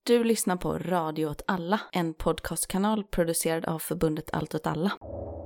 Du lyssnar på Radio åt alla, en podcastkanal producerad av förbundet Allt åt alla.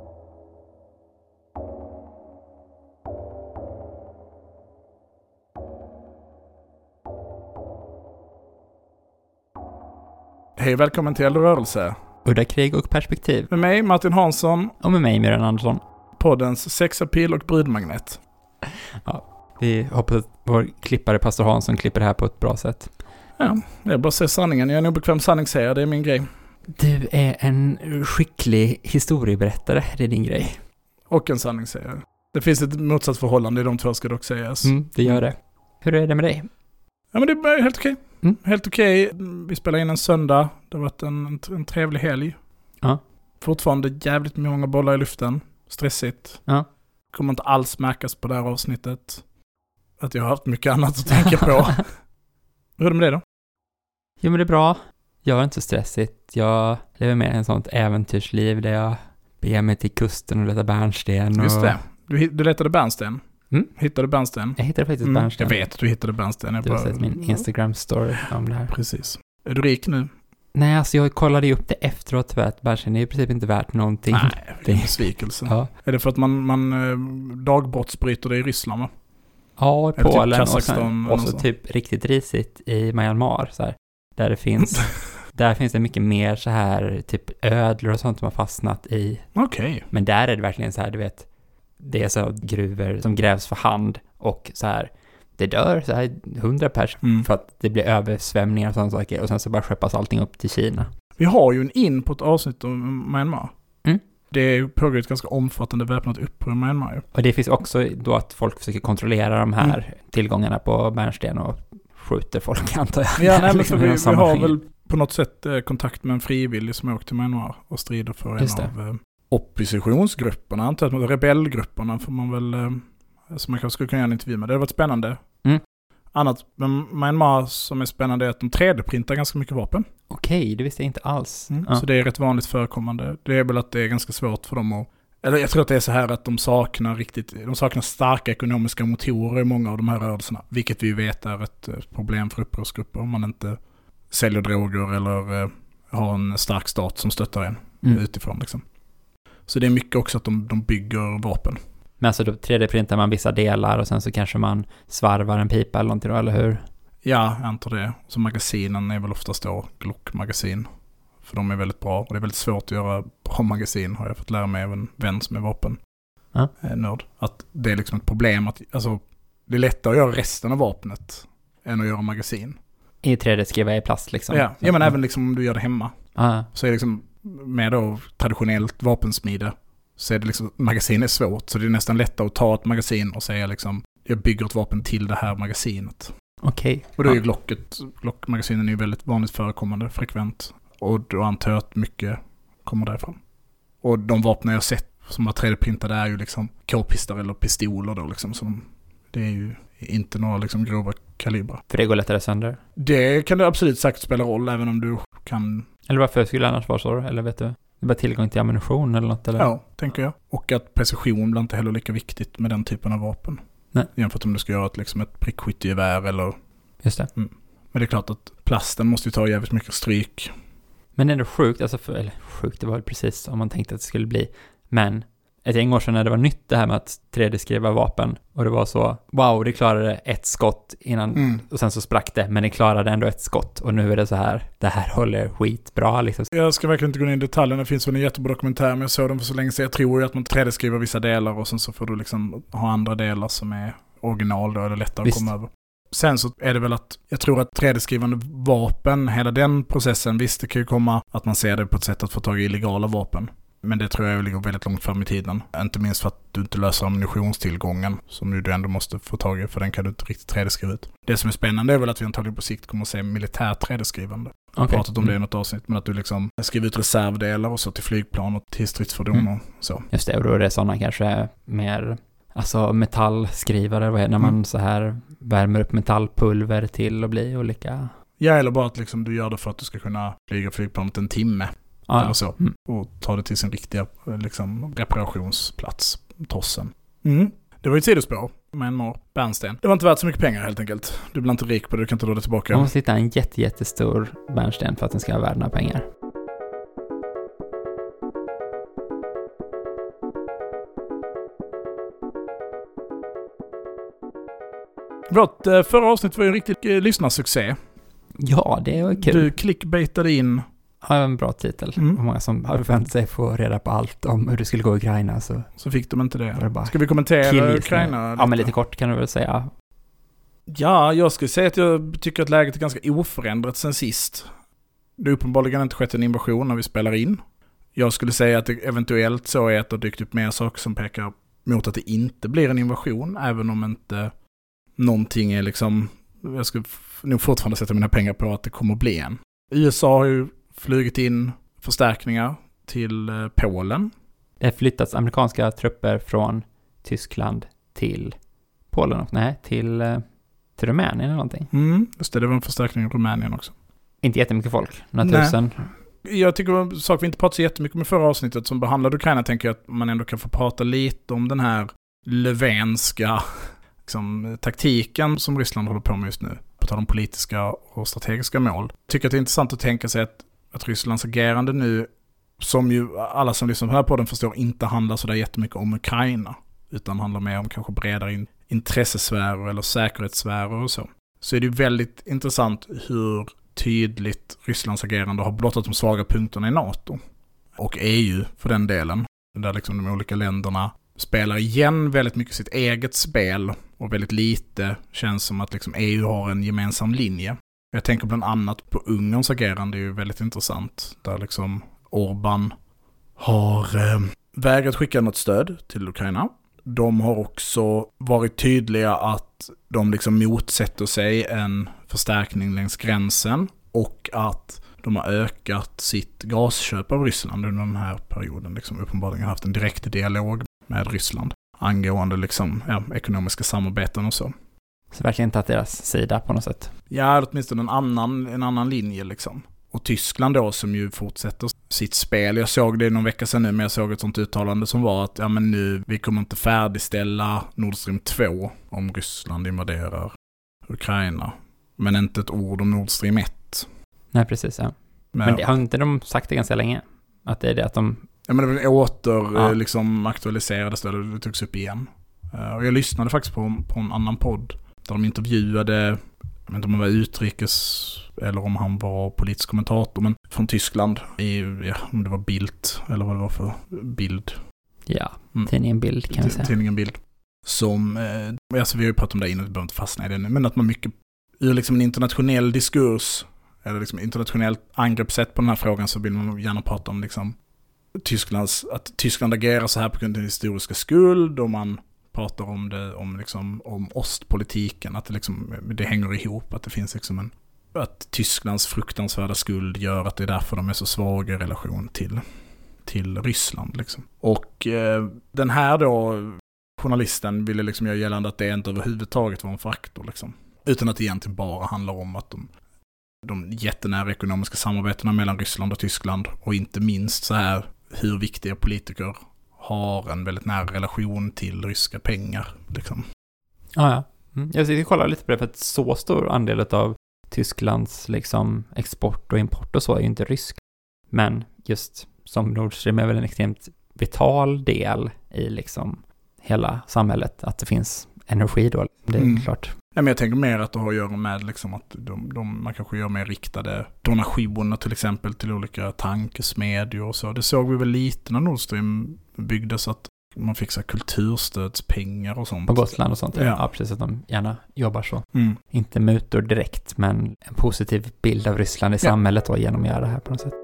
Hej, välkommen till Eldrörelse. Udda krig och perspektiv. Med mig, Martin Hansson. Och med mig, Miriam Andersson. Poddens sexapil och brudmagnet. Ja, vi hoppas att vår klippare, Pastor Hansson, klipper det här på ett bra sätt. Ja, det är bara att säga sanningen. Jag är en obekväm sanningssägare, det är min grej. Du är en skicklig historieberättare, det är din grej. Och en sanningssägare. Det finns ett motsatsförhållande i de två, ska dock sägas. Det gör det. Hur är det med dig? Ja, men det är helt okej. Helt okej. Vi spelar in en söndag. Det har varit en trevlig helg. Ja. Fortfarande jävligt många bollar i luften. Stressigt. Ja. Kommer inte alls märkas på det här avsnittet. Att jag har haft mycket annat att tänka på. Hur är det med det då? Jo, men det är bra. Jag är inte stressigt. Jag lever med en sånt äventyrsliv där jag beger mig till kusten och letar bärnsten. Just det. Du letade bärnsten. Hittade du bärnsten? Jag hittade faktiskt bärnsten. Jag vet att du hittade bärnsten. Du har sett min Instagram-story om det här. Precis. Är du rik nu? Nej, alltså jag kollade ju upp det efteråt för att bärnsten är i princip inte värt någonting. Nej, det är en besvikelse. Ja. Är det för att man dagbrottsbryter det i Ryssland, va? Ja, i Polen typ och så typ riktigt risigt i Myanmar så här, där det finns där finns det mycket mer så här typ ödlor och sånt som har fastnat i. Okej. Men där är det verkligen så här, du vet, det är så gruvor som grävs för hand och så här, det dör så här 100 pers för att det blir översvämningar och sådana saker och sen så bara skeppas allting upp till Kina. Vi har ju en in på ett avsnitt om Myanmar. Det pågår ett ganska omfattande väpnat uppror i Myanmar. Och det finns också då att folk försöker kontrollera de här tillgångarna på bärnsten och skjuter folk, antar jag. Ja, nej, men för vi har väl på något sätt kontakt med en frivillig som åker till Myanmar och strider för en av oppositionsgrupperna, antar jag, rebellgrupperna får man väl, som man kanske skulle kunna göra en intervju med. Det har varit spännande. Annat med Myanmar som är spännande är att de 3D-printar ganska mycket vapen. Okej, det visste jag inte alls. Så det är rätt vanligt förekommande. Det är väl att det är ganska svårt för dem att... Eller jag tror att det är så här att de saknar starka ekonomiska motorer i många av de här rörelserna. Vilket vi vet är ett problem för upprorsgrupper om man inte säljer droger eller har en stark stat som stöttar en utifrån liksom. Så det är mycket också att de bygger vapen. Men alltså då 3D-printar man vissa delar och sen så kanske man svarvar en pipa eller någonting då, eller hur? Ja, jag antar det. Så magasinen är väl oftast då Glock-magasin. För de är väldigt bra. Och det är väldigt svårt att göra bra magasin, har jag fått lära mig av en vän som är vapennörd. Att det är liksom ett problem att alltså, det är lättare att göra resten av vapnet än att göra magasin. I 3D-skriva i plast liksom? Ja, men även liksom om du gör det hemma. Så är det liksom med då traditionellt vapensmide så är det liksom, magasin är svårt. Så det är nästan lättare att ta ett magasin och säga liksom, jag bygger ett vapen till det här magasinet. Okej. Och då är ju Glock-magasinen är ju väldigt vanligt förekommande, frekvent. Och då antar jag att mycket kommer därifrån. Och de vapen jag har sett som var 3D-printade är ju liksom k-pistar eller pistoler då liksom. Så det är ju inte några liksom grova kalibrar. För det går lättare sönder? Det kan det absolut säkert spela roll, även om du kan... Eller varför skulle det annars vara så? Eller vet du? Det är bara tillgång till ammunition eller något? Eller? Ja, tänker jag. Och att precision blir inte heller lika viktigt med den typen av vapen. Nej. Jämfört om du ska göra ett prickskyttegevär eller... Just det. Men det är klart att plasten måste ju ta jävligt mycket stryk. Men det är ändå sjukt, eller sjukt, det var väl precis om man tänkte att det skulle bli. Men ett gäng år sedan när det var nytt det här med att 3D-skriva vapen och det var så, wow, det klarade ett skott innan och sen så sprack det, men det klarade ändå ett skott och nu är det så här, det här håller skitbra liksom. Jag ska verkligen inte gå in i detaljerna, det finns väl en jättebra dokumentär men jag såg den för så länge sedan. Jag tror ju att man 3D-skriver vissa delar och sen så får du liksom ha andra delar som är original då, eller lättare att komma över. Sen så är det väl att jag tror att 3D-skrivande vapen, hela den processen, visst det kan ju komma att man ser det på ett sätt att få tag i illegala vapen. Men det tror jag ligger väldigt långt fram i tiden. Inte minst för att du inte löser ammunitionstillgången som du ändå måste få tag i, för den kan du inte riktigt 3D-skriva ut. Det som är spännande är väl att vi antagligen på sikt kommer att se militärt 3D-skrivande. Jag har pratat om det i något avsnitt, men att du liksom skriver ut reservdelar och så till flygplan och till stridsfordon och så. Just det, och då är det sådana kanske mer... Alltså metallskrivare, vad är det, när man så här värmer upp metallpulver till att bli olika... Ja, eller bara att liksom du gör det för att du ska kunna flyga flygplanet en timme eller så. Och ta det till sin riktiga liksom, reparationsplats, tossen. Det var ju ett sidospår. Myanmar, bärnsten. Det var inte värt så mycket pengar helt enkelt. Du blir inte rik på det, du kan inte dra det tillbaka. Man måste hitta en jättestor bärnsten för att den ska vara värd några pengar. Vårt förra avsnitt var ju en riktigt lyssnarsuccé. Ja, det var kul. Du clickbaitade in. Ja, en bra titel. Många som hade förväntat sig få reda på allt om hur det skulle gå i Ukraina. Så fick de inte det. Ska vi kommentera Ukraina? Ja, men lite kort kan du väl säga. Ja, jag skulle säga att jag tycker att läget är ganska oförändrat sen sist. Det är uppenbarligen inte skett en invasion när vi spelar in. Jag skulle säga att det eventuellt så är att det har dykt upp mer saker som pekar mot att det inte blir en invasion, även om inte någonting är liksom... Jag skulle nog fortfarande sätta mina pengar på att det kommer att bli en. USA har ju flugit in förstärkningar till Polen. Det har flyttats amerikanska trupper från Tyskland till Polen och till Rumänien eller någonting. Just det var en förstärkning i Rumänien också. Inte jättemycket folk, några tusen. Jag tycker det var en sak vi inte pratade så jättemycket om i förra avsnittet som behandlade Ukraina, tänker jag att man ändå kan få prata lite om den här löfvenska liksom, taktiken som Ryssland håller på med just nu. På tal om politiska och strategiska mål. Jag tycker att det är intressant att tänka sig att Rysslands agerande nu, som ju alla som lyssnar på den här podden förstår, inte handlar så där jättemycket om Ukraina, utan handlar mer om kanske bredare intressesfärer eller säkerhetssfärer och så. Så är det ju väldigt intressant hur tydligt Rysslands agerande har blottat de svaga punkterna i NATO. Och EU för den delen. Där liksom de olika länderna spelar igen väldigt mycket sitt eget spel och väldigt lite känns som att liksom EU har en gemensam linje. Jag tänker bland annat på Ungerns agerande, är ju väldigt intressant. Där liksom Orbán har vägrat skicka något stöd till Ukraina. De har också varit tydliga att de liksom motsätter sig en förstärkning längs gränsen och att de har ökat sitt gasköp av Ryssland under den här perioden. Liksom uppenbarligen haft en direkt dialog med Ryssland angående liksom, ekonomiska samarbeten och så. Så verkligen inte att deras sida på något sätt. Ja, åtminstone en annan linje liksom. Och Tyskland då som ju fortsätter sitt spel. Jag såg det någon vecka sedan nu, men jag såg ett sånt uttalande som var att vi kommer inte färdigställa Nord Stream 2 om Ryssland invaderar Ukraina. Men inte ett ord om Nord Stream 1. Nej, precis, ja. Men det, har inte de sagt det ganska länge? Att det är det att de... Ja, men det var liksom aktualiserades eller det togs upp igen. Och jag lyssnade faktiskt på en annan podd där de intervjuade, jag vet inte om han var utrikes eller om han var politisk kommentator, men från Tyskland om det var Bild eller vad det var för Bild. Ja, tidningen Bild kan jag säga. Tidningen Bild. Som, alltså vi har ju pratat om det innan, vi behöver inte fastna i det nu, men att man mycket ur liksom en internationell diskurs eller liksom internationellt angreppssätt på den här frågan så vill man gärna prata om liksom att Tyskland agerar så här på grund av historiska skuld, och man pratar om det om ostpolitiken, att det hänger ihop, att det finns liksom att Tysklands fruktansvärda skuld gör att det är därför de är så svaga i relation till Ryssland liksom. Och den här då journalisten ville liksom göra gällande att det inte överhuvudtaget var en faktor liksom, utan att det egentligen bara handlar om att de jättenära ekonomiska samarbetena mellan Ryssland och Tyskland, och inte minst så här hur viktiga politiker har en väldigt nära relation till ryska pengar liksom. Ja. Jag ska kolla lite på det, för att så stor andel av Tysklands liksom export och import och så är ju inte rysk. Men just som Nord Stream är väl en extremt vital del i liksom hela samhället, att det finns energi då. Det är klart. Ja, men jag tänker mer att det har att göra med liksom att man kanske gör mer riktade donationer till exempel till olika tankesmedjor och så. Det såg vi väl lite när Nord Stream byggdes, att man fick så här kulturstödspengar och sånt. På Gotland och sånt. Ja, precis, att de gärna jobbar så. Inte mutor direkt, men en positiv bild av Ryssland i samhället då, genom att göra det här på något sätt.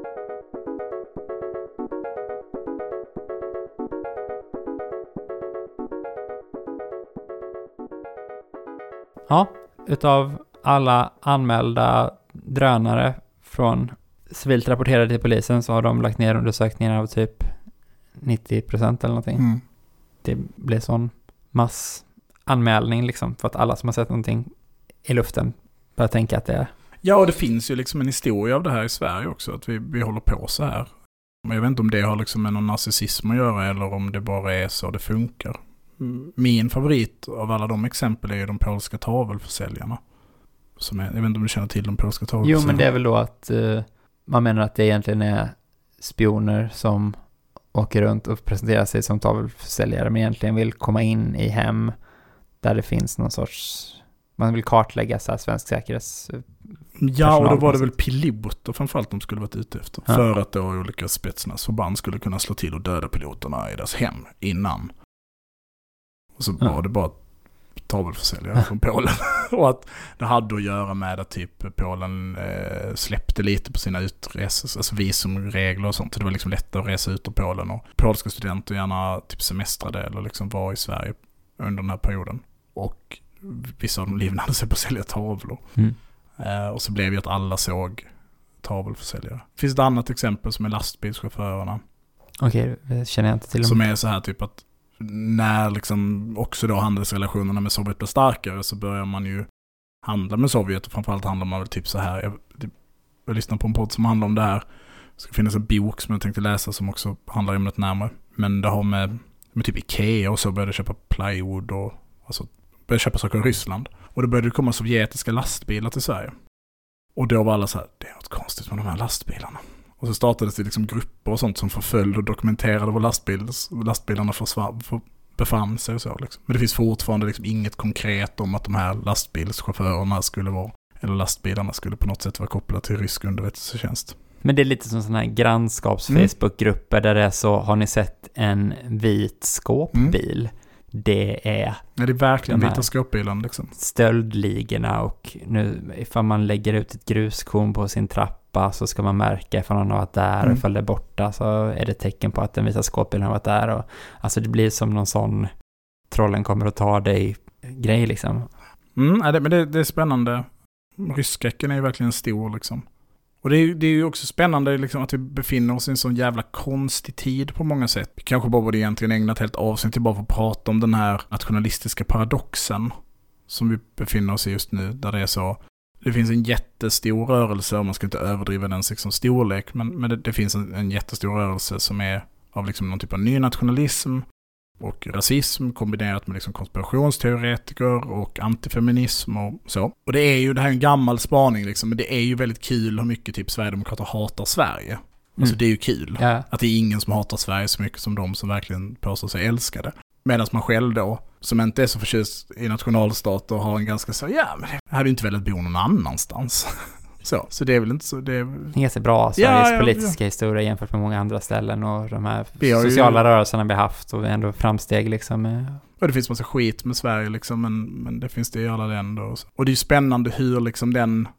Ja, utav alla anmälda drönare från civilt rapporterade till polisen så har de lagt ner undersökningar av typ 90% eller någonting. Det blir sån massanmälning liksom, för att alla som har sett någonting i luften börjar tänka att det är... Ja, och det finns ju liksom en historia av det här i Sverige också, att vi håller på så här. Men jag vet inte om det har liksom med någon narcissism att göra eller om det bara är så det funkar. min favorit av alla de exempel är ju de polska tavelförsäljarna. Som är, jag vet inte om du känner till de polska tavelförsäljarna. Jo, men det är väl då att man menar att det egentligen är spioner som åker runt och presenterar sig som tavelförsäljare, men egentligen vill komma in i hem där det finns någon sorts... Man vill kartlägga så här svensk säkerhets... Ja, och då var det väl piloter framförallt de skulle varit ute efter. Ja. För att då olika spetsnazförband skulle kunna slå till och döda piloterna i deras hem innan. Och så var det bara tavelförsäljare från Polen. Och att det hade att göra med att typ Polen släppte lite på sina utresor, alltså visumregler och sånt. Så det var liksom lättare att resa ut ur Polen. Och polska studenter gärna typ semestrade eller liksom var i Sverige under den här perioden. Och vissa av de livnade sig på att sälja tavlor. Och så blev ju att alla såg tavelförsäljare. Det finns ett annat exempel som är lastbilschaufförerna. Okej, det känner jag inte till. Som är så här typ att när liksom också då handelsrelationerna med Sovjet blir starkare så börjar man ju handla med Sovjet, och framförallt handlar man väl typ så här. Jag lyssnar på en podd som handlar om det här. Det ska finnas en bok som jag tänkte läsa som också handlar om det närmare. Men det har med typ Ikea och så började köpa plywood och alltså började köpa saker i Ryssland. Och då började det komma sovjetiska lastbilar till Sverige. Och då var alla så här, det är något konstigt med de här lastbilarna. Och så startades det liksom grupper och sånt som förföljde och dokumenterade var lastbilarna befann sig och så. Liksom. Men det finns fortfarande liksom inget konkret om att de här lastbilschaufförerna skulle vara, eller lastbilarna skulle på något sätt vara kopplade till rysk underrättelsetjänst. Men det är lite som sådana här grannskaps-Facebook-grupper där det är så, har ni sett en vit skåpbil? Det är... Ja, det är verkligen vita skåpbilen liksom. Stöldligorna, och nu ifall man lägger ut ett gruskorn på sin trappa så ska man märka ifall han har varit där, och ifall det är borta så är det tecken på att den vita skåpbilen har varit där. Och, alltså det blir som någon sån trollen kommer att ta dig grej liksom. Men det är spännande. Rysskräcken är ju verkligen stor liksom. Och det är ju också spännande liksom, att vi befinner oss i en sån jävla konstig tid på många sätt. Kanske bara var det egentligen ägnat helt avsnitt till bara för att prata om den här nationalistiska paradoxen som vi befinner oss i just nu. Där det är så, det finns en jättestor rörelse, och man ska inte överdriva den liksom storlek, men det finns en jättestor rörelse som är av liksom någon typ av ny nationalism och rasism kombinerat med liksom konspirationsteoretiker och antifeminism och så. Och det är en gammal spaning liksom, men det är ju väldigt kul hur mycket typ Sverigedemokrater hatar Sverige. Alltså det är ju kul att det är ingen som hatar Sverige så mycket som de som verkligen påstår sig älska det. Medan man själv då, som inte är så förtjust i nationalstat och har en ganska så, men jag hade ju inte velat bo någon annanstans. Så det är väl inte så... Det är ganska bra Sveriges politiska historia jämfört med många andra ställen, och de här sociala rörelserna vi haft, och ändå framsteg liksom. Och det finns massa skit med Sverige liksom, men det finns det i alla länder. Och det är ju spännande hur liksom den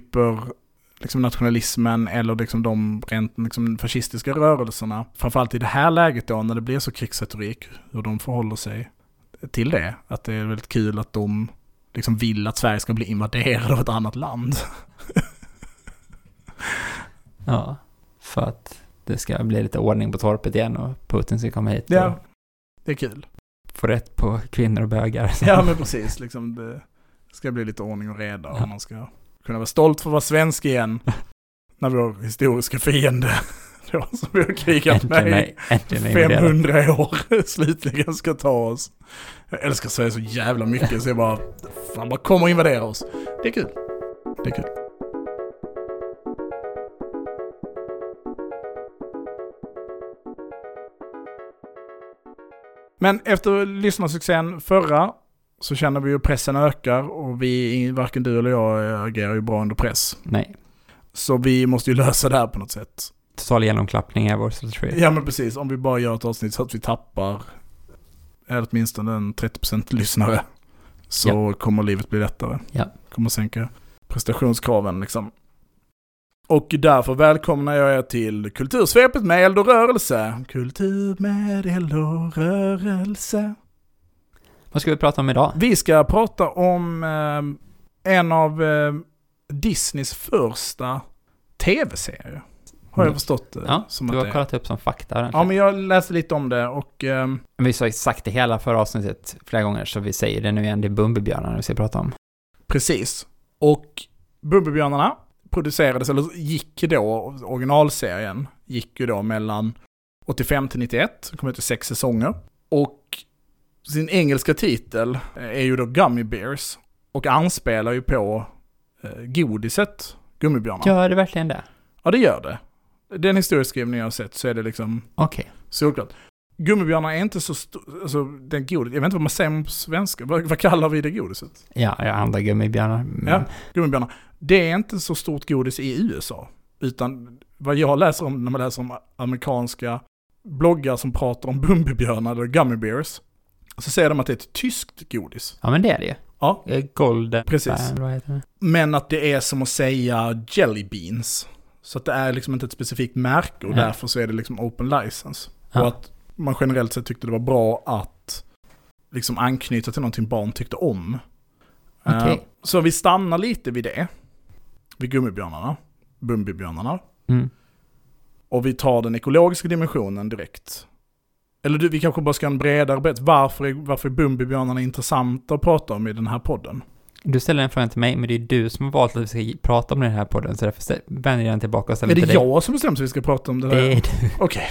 liksom nationalismen eller liksom de rent liksom fascistiska rörelserna, framförallt i det här läget då när det blir så krigsretorik, hur de förhåller sig till det. Att det är väldigt kul att de liksom vill att Sverige ska bli invaderad av ett annat land. Ja, för att det ska bli lite ordning på torpet igen och Putin ska komma hit. Ja, det är kul. Få rätt på kvinnor och bögar. Ja, men precis. Liksom det ska bli lite ordning och reda, och man ska kunna vara stolt för att vara svensk igen när vår historiska fiende då, som vi har krigat med i 500 år slutligen ska ta oss. Jag älskar Sverige så jävla mycket så jag bara kommer invadera oss. Det är kul. Det är kul. Men efter lyssnarsuccén förra så känner vi ju pressen ökar, och varken du eller jag agerar ju bra under press. Nej. Så vi måste ju lösa det här på något sätt. Total genomklappning är vår strategi. Ja, men precis. Om vi bara gör ett avsnitt så att vi tappar åtminstone en 30% lyssnare, så kommer livet bli lättare. Ja. Kommer sänka prestationskraven liksom. Och därför välkomnar jag er till Kultursvepet med eld och rörelse. Kultur med eld och rörelse. Vad ska vi prata om idag? Vi ska prata om en av Disneys första tv-serier. Har jag förstått det? Ja, som du att har kollat upp som fakta. Ja, men jag läste lite om det och... Vi har sagt det hela förra avsnittet flera gånger, så vi säger det nu igen. Det är Bumbibjörnarna vi ska prata om. Precis. Och Bumbibjörnarna producerades, eller gick då, originalserien gick ju då mellan 85 till 91, kom ut i 6 säsonger. Och sin engelska titel är ju då Gummy Bears och anspelar ju på godiset Gummibjörnar. Gör det verkligen det? Ja, det gör det. Den historieskrivning jag har sett så är det liksom såklart. Gummibjörnar är inte så alltså den godis. Jag vet inte vad man säger på svenska. Vad kallar vi det godiset? Ja, andra gummibjörnar. Ja, gummibjörnar. Det är inte så stort godis i USA. Utan vad jag läser om när man läser om amerikanska bloggar som pratar om Bumbibjörnar eller Gummy Bears, så säger de att det är ett tyskt godis. Ja, men det är det ju. Ja. Golden. Precis. Vad heter det? Men att det är som att säga jelly beans. Så att det är liksom inte ett specifikt märke och därför så är det liksom open license. Ja. Och att man generellt sett tyckte det var bra att liksom anknyta till någonting barn tyckte om. Okay. Så vi stannar lite vid det. Vid gummibjörnarna. Bumbibjörnarna. Mm. Och vi tar den ekologiska dimensionen direkt. Eller vi kanske bara ska ha en bredare bett. Varför är Bumbibjörnarna intressanta att prata om i den här podden? Du ställer en fråga till mig, men det är du som har valt att vi ska prata om den här podden, så därför vänder jag den tillbaka och ställer till dig. Är det jag som bestämt att vi ska prata om det här? Det är du. Okej.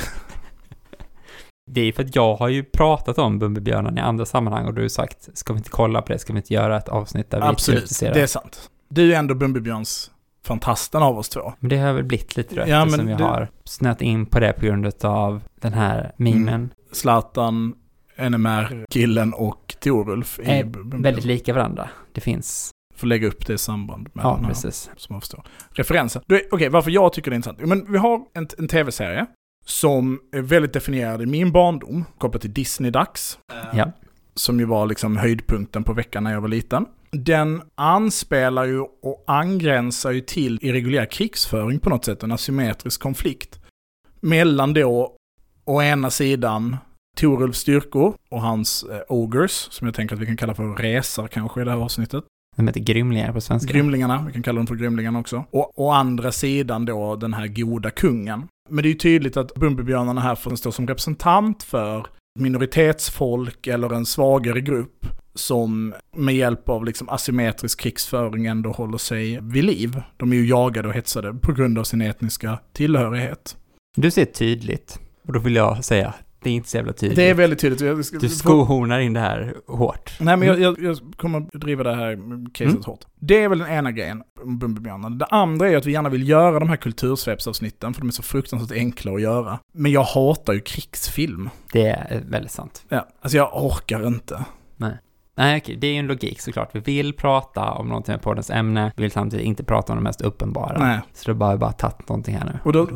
Det är för att jag har ju pratat om Bumbibjörnarna i andra sammanhang och du har sagt, ska vi inte kolla på det? Ska vi inte göra ett avsnitt där vi kritiserar? Det är sant. Du är ändå Bumbibjörns fantasten av oss två. Men det har väl blivit lite rätt som jag har snett in på det på grund av den här memen. Zlatan, NMR-killen och Torulf är väldigt lika varandra. Det finns... Får lägga upp det i samband med den här, precis. Som jag förstår. Referenser. Okej, varför jag tycker det är intressant? Men vi har en tv-serie som är väldigt definierad i min barndom, kopplat till Disney-dags. Ja. Som ju var liksom höjdpunkten på veckan när jag var liten. Den anspelar ju och angränsar ju till irreguljär krigsföring på något sätt, en asymmetrisk konflikt mellan då å ena sidan Torulfs styrkor och hans ogres, som jag tänker att vi kan kalla för resar kanske i det här avsnittet. De heter grymlingar på svenska. Grymlingarna, vi kan kalla dem för grymlingarna också. Och å andra sidan då den här goda kungen. Men det är ju tydligt att Bumbibjörnarna här får stå som representant för minoritetsfolk eller en svagare grupp som med hjälp av liksom asymmetrisk krigsföring ändå håller sig vid liv. De är ju jagade och hetsade på grund av sin etniska tillhörighet. Du ser tydligt, och då vill jag säga det är inte så jävla tydligt. Det är väldigt tydligt. Du skohornar in det här hårt. Nej, men jag kommer att driva det här caset hårt. Det är väl den ena grejen om Bumbibjörnarna. Det andra är att vi gärna vill göra de här kultursvepsavsnitten för de är så fruktansvärt enkla att göra. Men jag hatar ju krigsfilm. Det är väldigt sant. Ja, alltså jag orkar inte. Nej, okej. Det är ju en logik såklart. Vi vill prata om någonting med poddens ämne. Vi vill samtidigt inte prata om det mest uppenbara. Nej. Så det är bara tagit någonting här nu. Och då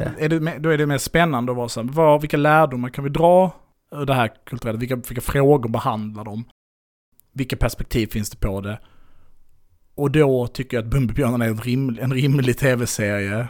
är det mer spännande att vara så här, vilka lärdomar kan vi dra ur det här kulturella? Vilka frågor behandlar de? Vilka perspektiv finns det på det? Och då tycker jag att Bumbibjörnarna är en rimlig tv-serie.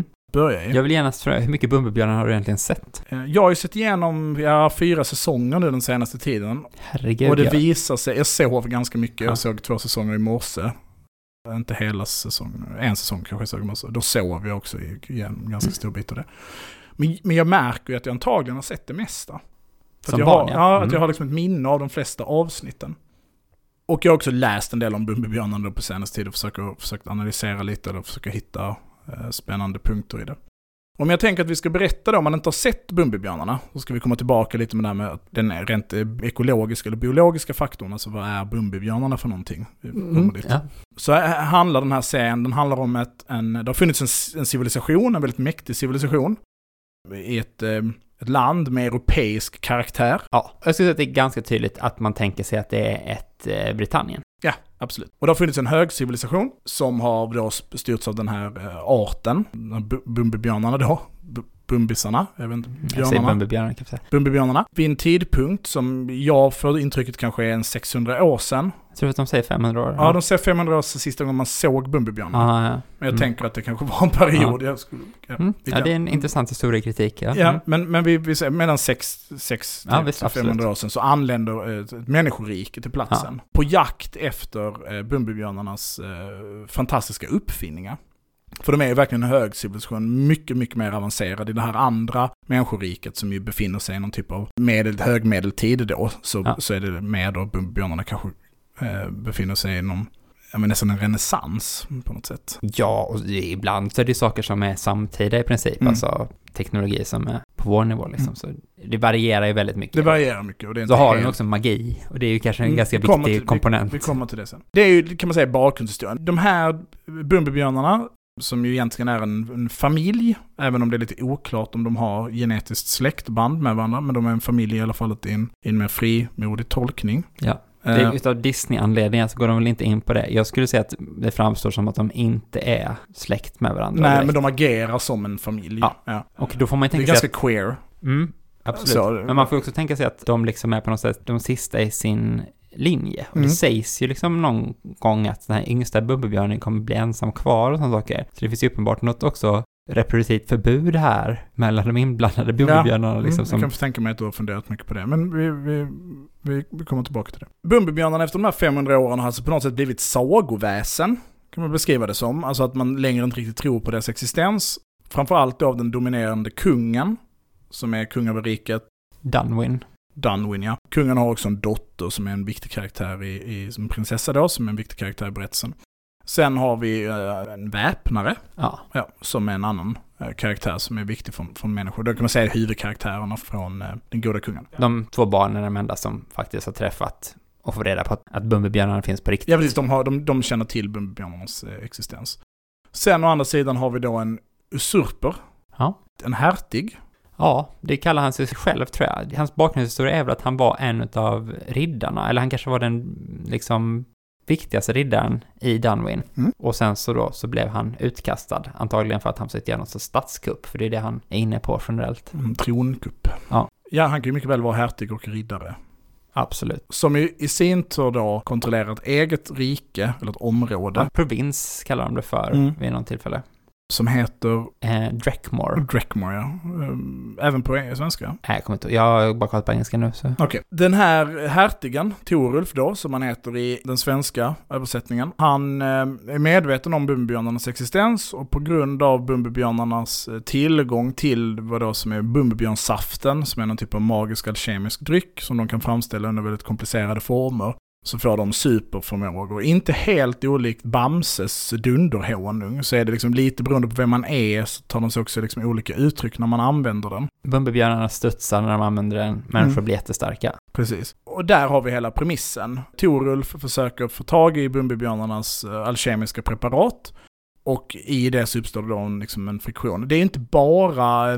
Jag vill gärna fråga, hur mycket Bumbibjörnar har du egentligen sett? Jag har ju sett igenom 4 säsonger nu den senaste tiden. Herregud. Och det visar sig, jag sov ganska mycket. Jag såg 2 säsonger i morse. Inte hela säsongen, en säsong kanske jag såg i morse. Då sov jag också i en ganska stor bit av det. Men jag märker ju att jag antagligen har sett det mesta. För som att barn, att jag har liksom ett minne av de flesta avsnitten. Och jag har också läst en del om Bumbibjörnarna på senaste tid och försökt analysera lite eller försöka hitta spännande punkter i det. Om jag tänker att vi ska berätta då, om man inte har sett Bumbibjörnarna, så ska vi komma tillbaka lite med det här med den rent ekologiska eller biologiska faktorn, alltså vad är Bumbibjörnarna för någonting? Ja. Så handlar den här serien, den handlar om det har funnits en civilisation, en väldigt mäktig civilisation i ett land med europeisk karaktär. Ja, jag skulle säga att det är ganska tydligt att man tänker sig att det är ett Britannien. Ja, absolut. Och det har funnits en hög civilisation som har då styrts av den här arten, Bumbibjörnarna då, Bumbisarna, jag vet inte, Bumbibjörnarna kan jag säga. Bumbibjörnarna, vid en tidpunkt som jag får intrycket kanske är 600 år sedan. Jag tror att de säger 500 år. Ja, de säger 500 år sedan sista gången man såg Bumbibjörnarna. Ja. Men jag tänker att det kanske var en period. Ja, det är en intressant historiekritik. Ja, men vi säger mellan 600-500 år sedan så anländer ett människorike till platsen. På jakt efter Bumbibjörnarnas fantastiska uppfinningar. För de är ju verkligen en hög civilisation, mycket, mycket mer avancerad i det här andra människoriket som ju befinner sig i någon typ av högmedeltid då. Så är det med och Bumbibjörnarna kanske befinner sig i någon, nästan en renässans på något sätt. Ja, och ibland så är det saker som är samtida i princip. Alltså teknologi som är på vår nivå liksom. Så det varierar ju väldigt mycket. Det varierar mycket. Och det är så har den också magi. Och det är ju kanske en ganska viktig komponent. Vi kommer till det sen. Det är ju, kan man säga, bakgrundshistorien. De här Bumbibjörnarna, som ju egentligen är en familj, även om det är lite oklart om de har genetiskt släktband med varandra, men de är en familj i alla fall i en mer frimodig tolkning. Ja. Det är utav Disney-anledningar så går de väl inte in på det. Jag skulle säga att det framstår som att de inte är släkt med varandra. Nej, direkt. Men de agerar som en familj. Ja. Och då får man ju tänka sig att... Det är ganska queer. Absolut. Så, men man får också tänka sig att de liksom är på något sätt de sista i sin linje. Och det sägs ju liksom någon gång att den här yngsta Bumbibjörnen kommer bli ensam kvar och sådana saker. Så det finns ju uppenbart något också reproduktivt förbud här mellan de inblandade Bumbibjörnarna. Liksom, jag kan tänka mig att du har funderat mycket på det. Men vi kommer tillbaka till det. Bumbibjörnarna efter de här 500 åren har alltså på något sätt blivit sagoväsen, kan man beskriva det som. Alltså att man längre inte riktigt tror på deras existens. Framförallt av den dominerande kungen, som är kung över riket. Dunwin, ja. Kungen har också en dotter som är en viktig karaktär som prinsessa då, som är en viktig karaktär i berättelsen. Sen har vi en väpnare, som är en annan karaktär som är viktig från människor. Då kan man säga huvudkaraktärerna från den goda kungen. De 2 barnen är de enda som faktiskt har träffat och får reda på att Bumbibjörnarna finns på riktigt. Ja, precis. De känner till Bumbibjörnarnas existens. Sen å andra sidan har vi då en usurper, en hertig. Ja, det kallar han sig själv, tror jag. Hans bakgrundshistoria är väl att han var en av riddarna, eller han kanske var den liksom viktigaste riddaren i Dunwin. Och sen så blev han utkastad, antagligen för att han försökte göra något så statskupp, för det är det han är inne på generellt. Tronkupp. Ja, han kan ju mycket väl vara hertig och riddare. Absolut. Som i sin tur då kontrollerar ett eget rike, eller ett område. Ja, provins kallar de det för vid någon tillfälle. Som heter... Drekmore. Drekmore, ja. Även på svenska? Nej, jag kommer inte. Jag har bara kollat på engelska nu. Okej. Den här hertigen, Torulf då, som han heter i den svenska översättningen, han är medveten om Bumbibjörnarnas existens, och på grund av Bumbibjörnarnas tillgång till vad då som är Bumbibjörnsaften, som är någon typ av magisk alkemisk dryck som de kan framställa under väldigt komplicerade former, så får de superförmågor. Inte helt olikt Bamses dunderhonung, så är det liksom lite beroende på vem man är, så tar de sig också liksom olika uttryck när man använder den. Bumbibjörnarna studsar när de använder den, människor blir jättestarka. Precis. Och där har vi hela premissen. Torulf försöker få tag i Bumbibjörnarnas alkemiska preparat, och i det så uppstår då liksom en friktion. Det är inte bara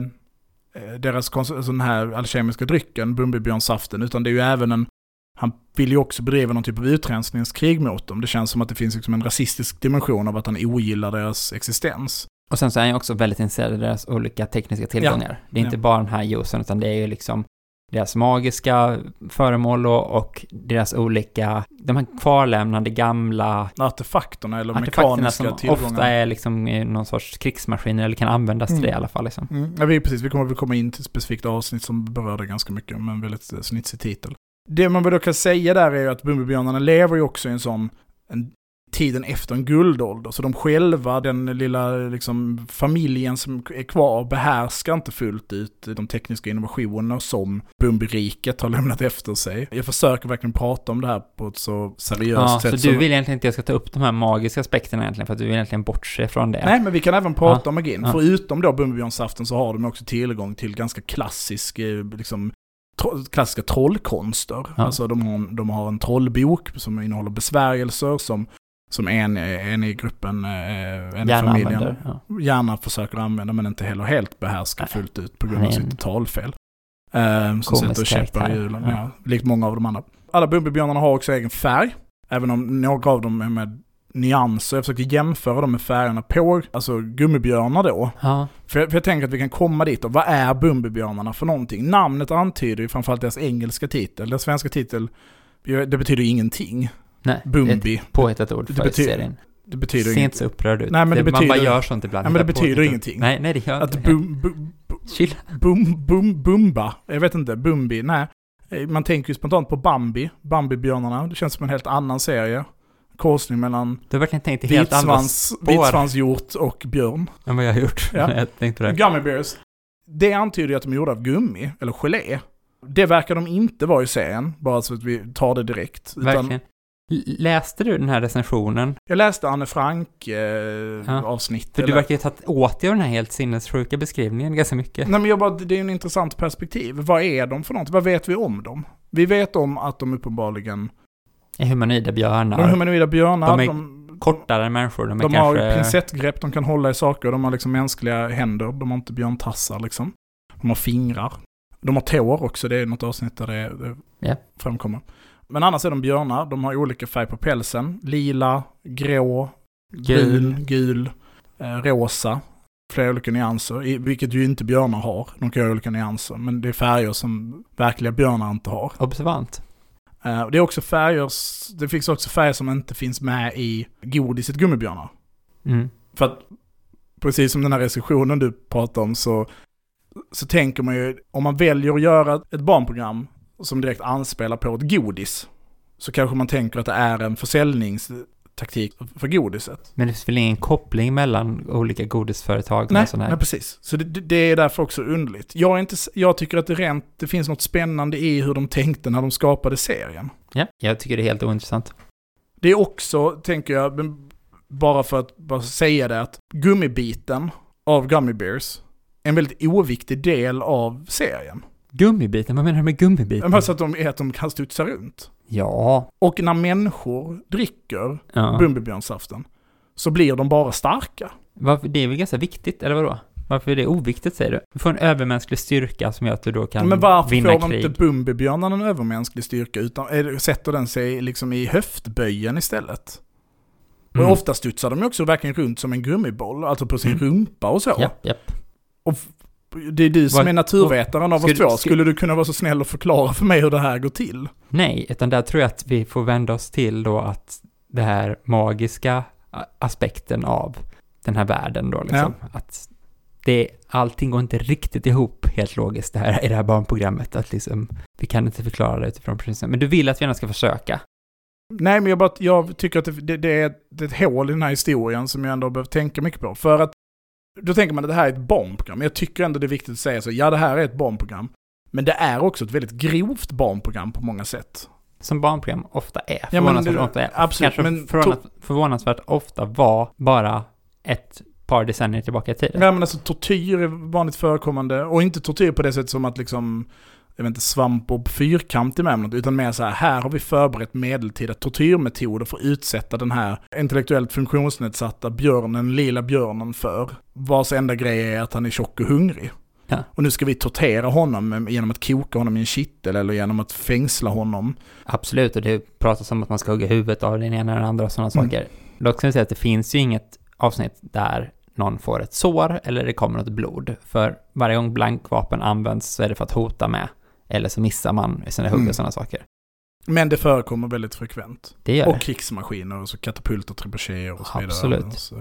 deras sån här alkemiska drycken, Bumbibjörnsaften, utan det är ju även han vill ju också bedriva någon typ av utrensningskrig mot dem. Det känns som att det finns liksom en rasistisk dimension av att han ogillar deras existens. Och sen så är han ju också väldigt intresserad av deras olika tekniska tillgångar. Det är inte bara den här juicen, utan det är ju liksom deras magiska föremål och deras olika, de här kvarlämnande gamla artefakterna eller mekaniska som tillgångar. Ofta är liksom någon sorts krigsmaskiner eller kan användas till det i alla fall. Liksom. Ja, vi kommer väl komma in till ett specifikt avsnitt som berör det ganska mycket, men väldigt snitsig titel. Det man väl då kan säga där är ju att Bumbibjörnarna lever ju också i en tiden efter en guldålder. Så de själva, den lilla liksom, familjen som är kvar, behärskar inte fullt ut de tekniska innovationer som Bumbiriket har lämnat efter sig. Jag försöker verkligen prata om det här på ett så seriöst sätt. Så du vill egentligen inte att jag ska ta upp de här magiska aspekterna egentligen, för att du vill egentligen bortse från det. Nej, men vi kan även prata om magin. Förutom då Bumbibjörnsaften så har de också tillgång till ganska klassiska trollkonster. Alltså de har en trollbok som innehåller besvärjelser som en i gruppen, en i familjen gärna försöker använda, men inte heller helt behärskar fullt ut på grund av sitt talfel. Som sätter käppar i hjulen. Likt många av de andra. Alla Bumbibjörnarna har också egen färg, även om några av dem är med nyanser. Jag försöker jämföra dem med färgerna på gummibjörnar då. För jag tänker att vi kan komma dit. Och vad är Bumbibjörnarna för någonting? Namnet antyder ju framförallt deras engelska titel. Deras svenska titel, det betyder ingenting. Nej, Bumbi. Det är ett påhittat ord för serien. Det betyder ingenting. Ser inte så upprörd ut. Nej, men man bara gör sånt ibland. Nej, men det betyder ingenting. Nej, det gör inte. Bumba. Jag vet inte, Bumbi. Nej. Man tänker ju spontant på Bambi-björnarna. Det känns som en helt annan serie. Korsning mellan du har verkligen tänkt helt vitsvanshjort och björn. Än vad jag har gjort. Ja. Jag tänkte det. Gummy bears. Det antyder ju att de är gjorda av gummi eller gelé. Det verkar de inte vara i serien, bara så att vi tar det direkt. Verkligen. Läste du den här recensionen? Jag läste Anne Frank avsnitt. För du verkar ju ha tagit åt dig av den här helt sinnessjuka beskrivningen ganska mycket. Nej, men det är en intressant perspektiv. Vad är de för något? Vad vet vi om dem? Vi vet om att de uppenbarligen är humanoida björnar. De är humanoida björnar. De är kortare än människor. De kanske... har pincettgrepp, de kan hålla i saker. De har liksom mänskliga händer. De har inte björntassar liksom. De har fingrar. De har tår också. Det är något avsnitt där det framkommer. Men annars är de björnar. De har olika färg på pälsen. Lila, grå, gul, rosa. Flera olika nyanser. Vilket ju inte björnar har. De kan ha olika nyanser. Men det är färger som verkliga björnar inte har. Observant. Det är också det finns också färger som inte finns med i godiset gummibjörnar. Mm. För att precis som den här recensionen du pratar om så tänker man ju, om man väljer att göra ett barnprogram som direkt anspelar på ett godis, så kanske man tänker att det är en försäljningstaktik för godiset. Men det finns väl ingen koppling mellan olika godisföretag? Nej, sån här. Nej, precis. Så det är därför också underligt. Jag tycker att det finns något spännande i hur de tänkte när de skapade serien. Ja, jag tycker det är helt ointressant. Det är också, tänker jag, bara för att bara säga det, att gummibiten av Gummy Bears är en väldigt oviktig del av serien. Gummibiten? Vad menar du med gummibiten? Alltså att de kan studsa runt. Ja. Och när människor dricker Bumbibjörnsaften så blir de bara starka. Det är väl ganska viktigt, eller vadå? Varför är det oviktigt, säger du? Du får en övermänsklig styrka som gör att du då kan vinna krig. Men varför får inte Bumbibjörnen en övermänsklig styrka utan sätter den sig liksom i höftböjen istället? Och ofta studsar de också verkligen runt som en gummiboll, alltså på sin rumpa och så. Japp. Och det är du som är naturvetaren av oss två. Skulle du kunna vara så snäll och förklara för mig hur det här går till? Nej, utan där tror jag att vi får vända oss till då att det här magiska aspekten av den här världen då liksom. Ja. Att allting går inte riktigt ihop helt logiskt i det här barnprogrammet. Att liksom, vi kan inte förklara det utifrån precis. Men du vill att vi ändå ska försöka. Nej, men jag tycker att det är ett hål i den här historien som jag ändå behöver tänka mycket på. För att då tänker man att det här är ett barnprogram. Jag tycker ändå det är viktigt att säga så. Ja, det här är ett barnprogram. Men det är också ett väldigt grovt barnprogram på många sätt. Som barnprogram ofta är. Absolut. Förvånansvärt ofta var bara ett par decennier tillbaka i tiden. Ja, men alltså tortyr är vanligt förekommande. Och inte tortyr på det sättet som att liksom, jag vet inte, svamp och fyrkant i med, utan mer så här har vi förberett medeltida tortyrmetoder för att utsätta den här intellektuellt funktionsnedsatta lila björnen för. Vars enda grej är att han är tjock och hungrig. Ja. Och nu ska vi tortera honom genom att koka honom i en kittel eller genom att fängsla honom. Absolut, och det pratas om att man ska hugga huvudet av den ena eller den andra och sådana saker. Dock ska jag säga att det finns ju inget avsnitt där någon får ett sår eller det kommer något blod. För varje gång blankvapen används så är det för att hota med. Eller så missar man sina hugg och sådana saker. Men det förekommer väldigt frekvent. Det gör det. Och krigsmaskiner och så katapulter, trebucheter och så vidare. Absolut. Så.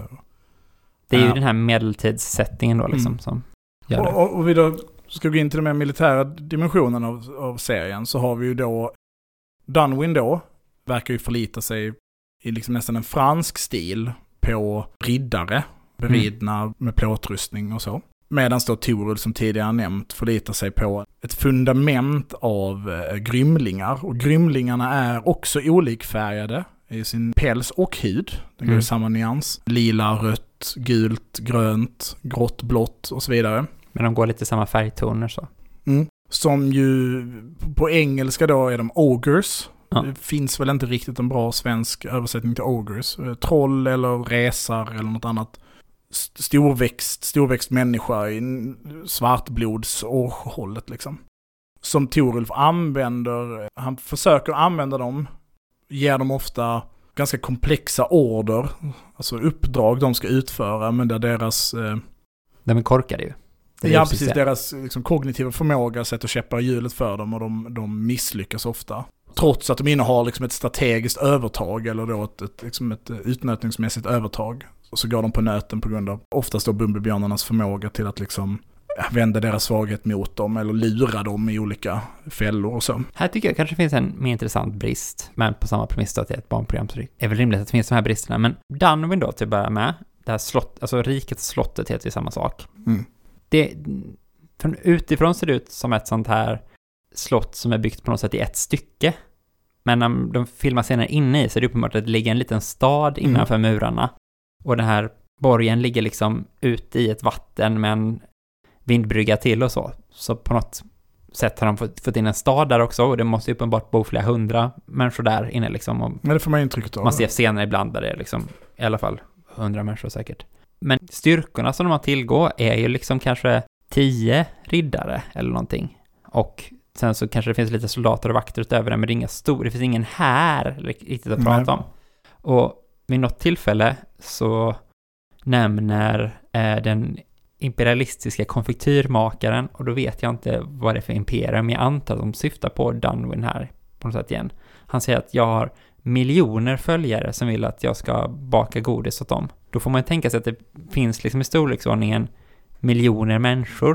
Det är ju den här medeltidssättningen då liksom som gör det. Och vi då ska gå in till den mer militära dimensionen av serien, så har vi ju då Dunwin då verkar ju förlita sig i liksom nästan en fransk stil på riddare beridna med plåtrustning och så. Medan då Torul, som tidigare nämnt, förlitar sig på ett fundament av grymlingar. Och grymlingarna är också olikfärgade i sin päls och hud. Den går i samma nyans. Lila, rött, gult, grönt, grått, blått och så vidare. Men de går lite samma färgtoner så. Som ju på engelska då är de ogres. Ja. Det finns väl inte riktigt en bra svensk översättning till ogres. Troll eller resar eller något annat. Storväxt människa i svartblods-hållet liksom. Som Torulf använder, han försöker använda dem, ger dem ofta ganska komplexa order, alltså uppdrag de ska utföra, men där deras... De är korkade ju. Ja, precis. Deras liksom, kognitiva förmåga sätter käppar i hjulet för dem och de misslyckas ofta. Trots att de innehar liksom ett strategiskt övertag eller då ett utnötningsmässigt övertag. Och så går de på nöten på grund av oftast då Bumbibjörnarnas förmåga till att liksom vända deras svaghet mot dem eller lura dem i olika fällor och så. Här tycker jag kanske finns en mer intressant brist, men på samma premiss att det är ett barnprogram så det är väl rimligt att det finns de här bristerna. Men Dunwin då till att börja med, det här alltså rikets slottet heter ju samma sak. Det, från utifrån ser det ut som ett sånt här slott som är byggt på något sätt i ett stycke. Men när de filmar senare inne i så är det uppenbart att det ligger en liten stad innanför murarna. Och den här borgen ligger liksom ute i ett vatten med en vindbrygga till och så. Så på något sätt har de fått in en stad där också. Och det måste uppenbart bo flera 100 människor där inne liksom. Och men det får man intrycket av. Man ser scener ibland där det är liksom i alla fall 100 människor säkert. Men styrkorna som de har tillgå är ju liksom kanske 10 riddare eller någonting. Och sen så kanske det finns lite soldater och vakter utöver det, men det finns ingen här riktigt att prata om. Och vid något tillfälle så nämner den imperialistiska konfektyrmakaren, och då vet jag inte vad det är för imperium, jag antar att de syftar på Dunwyn här på något sätt igen. Han säger att jag har miljoner följare som vill att jag ska baka godis åt dem. Då får man tänka sig att det finns liksom i storleksordningen miljoner människor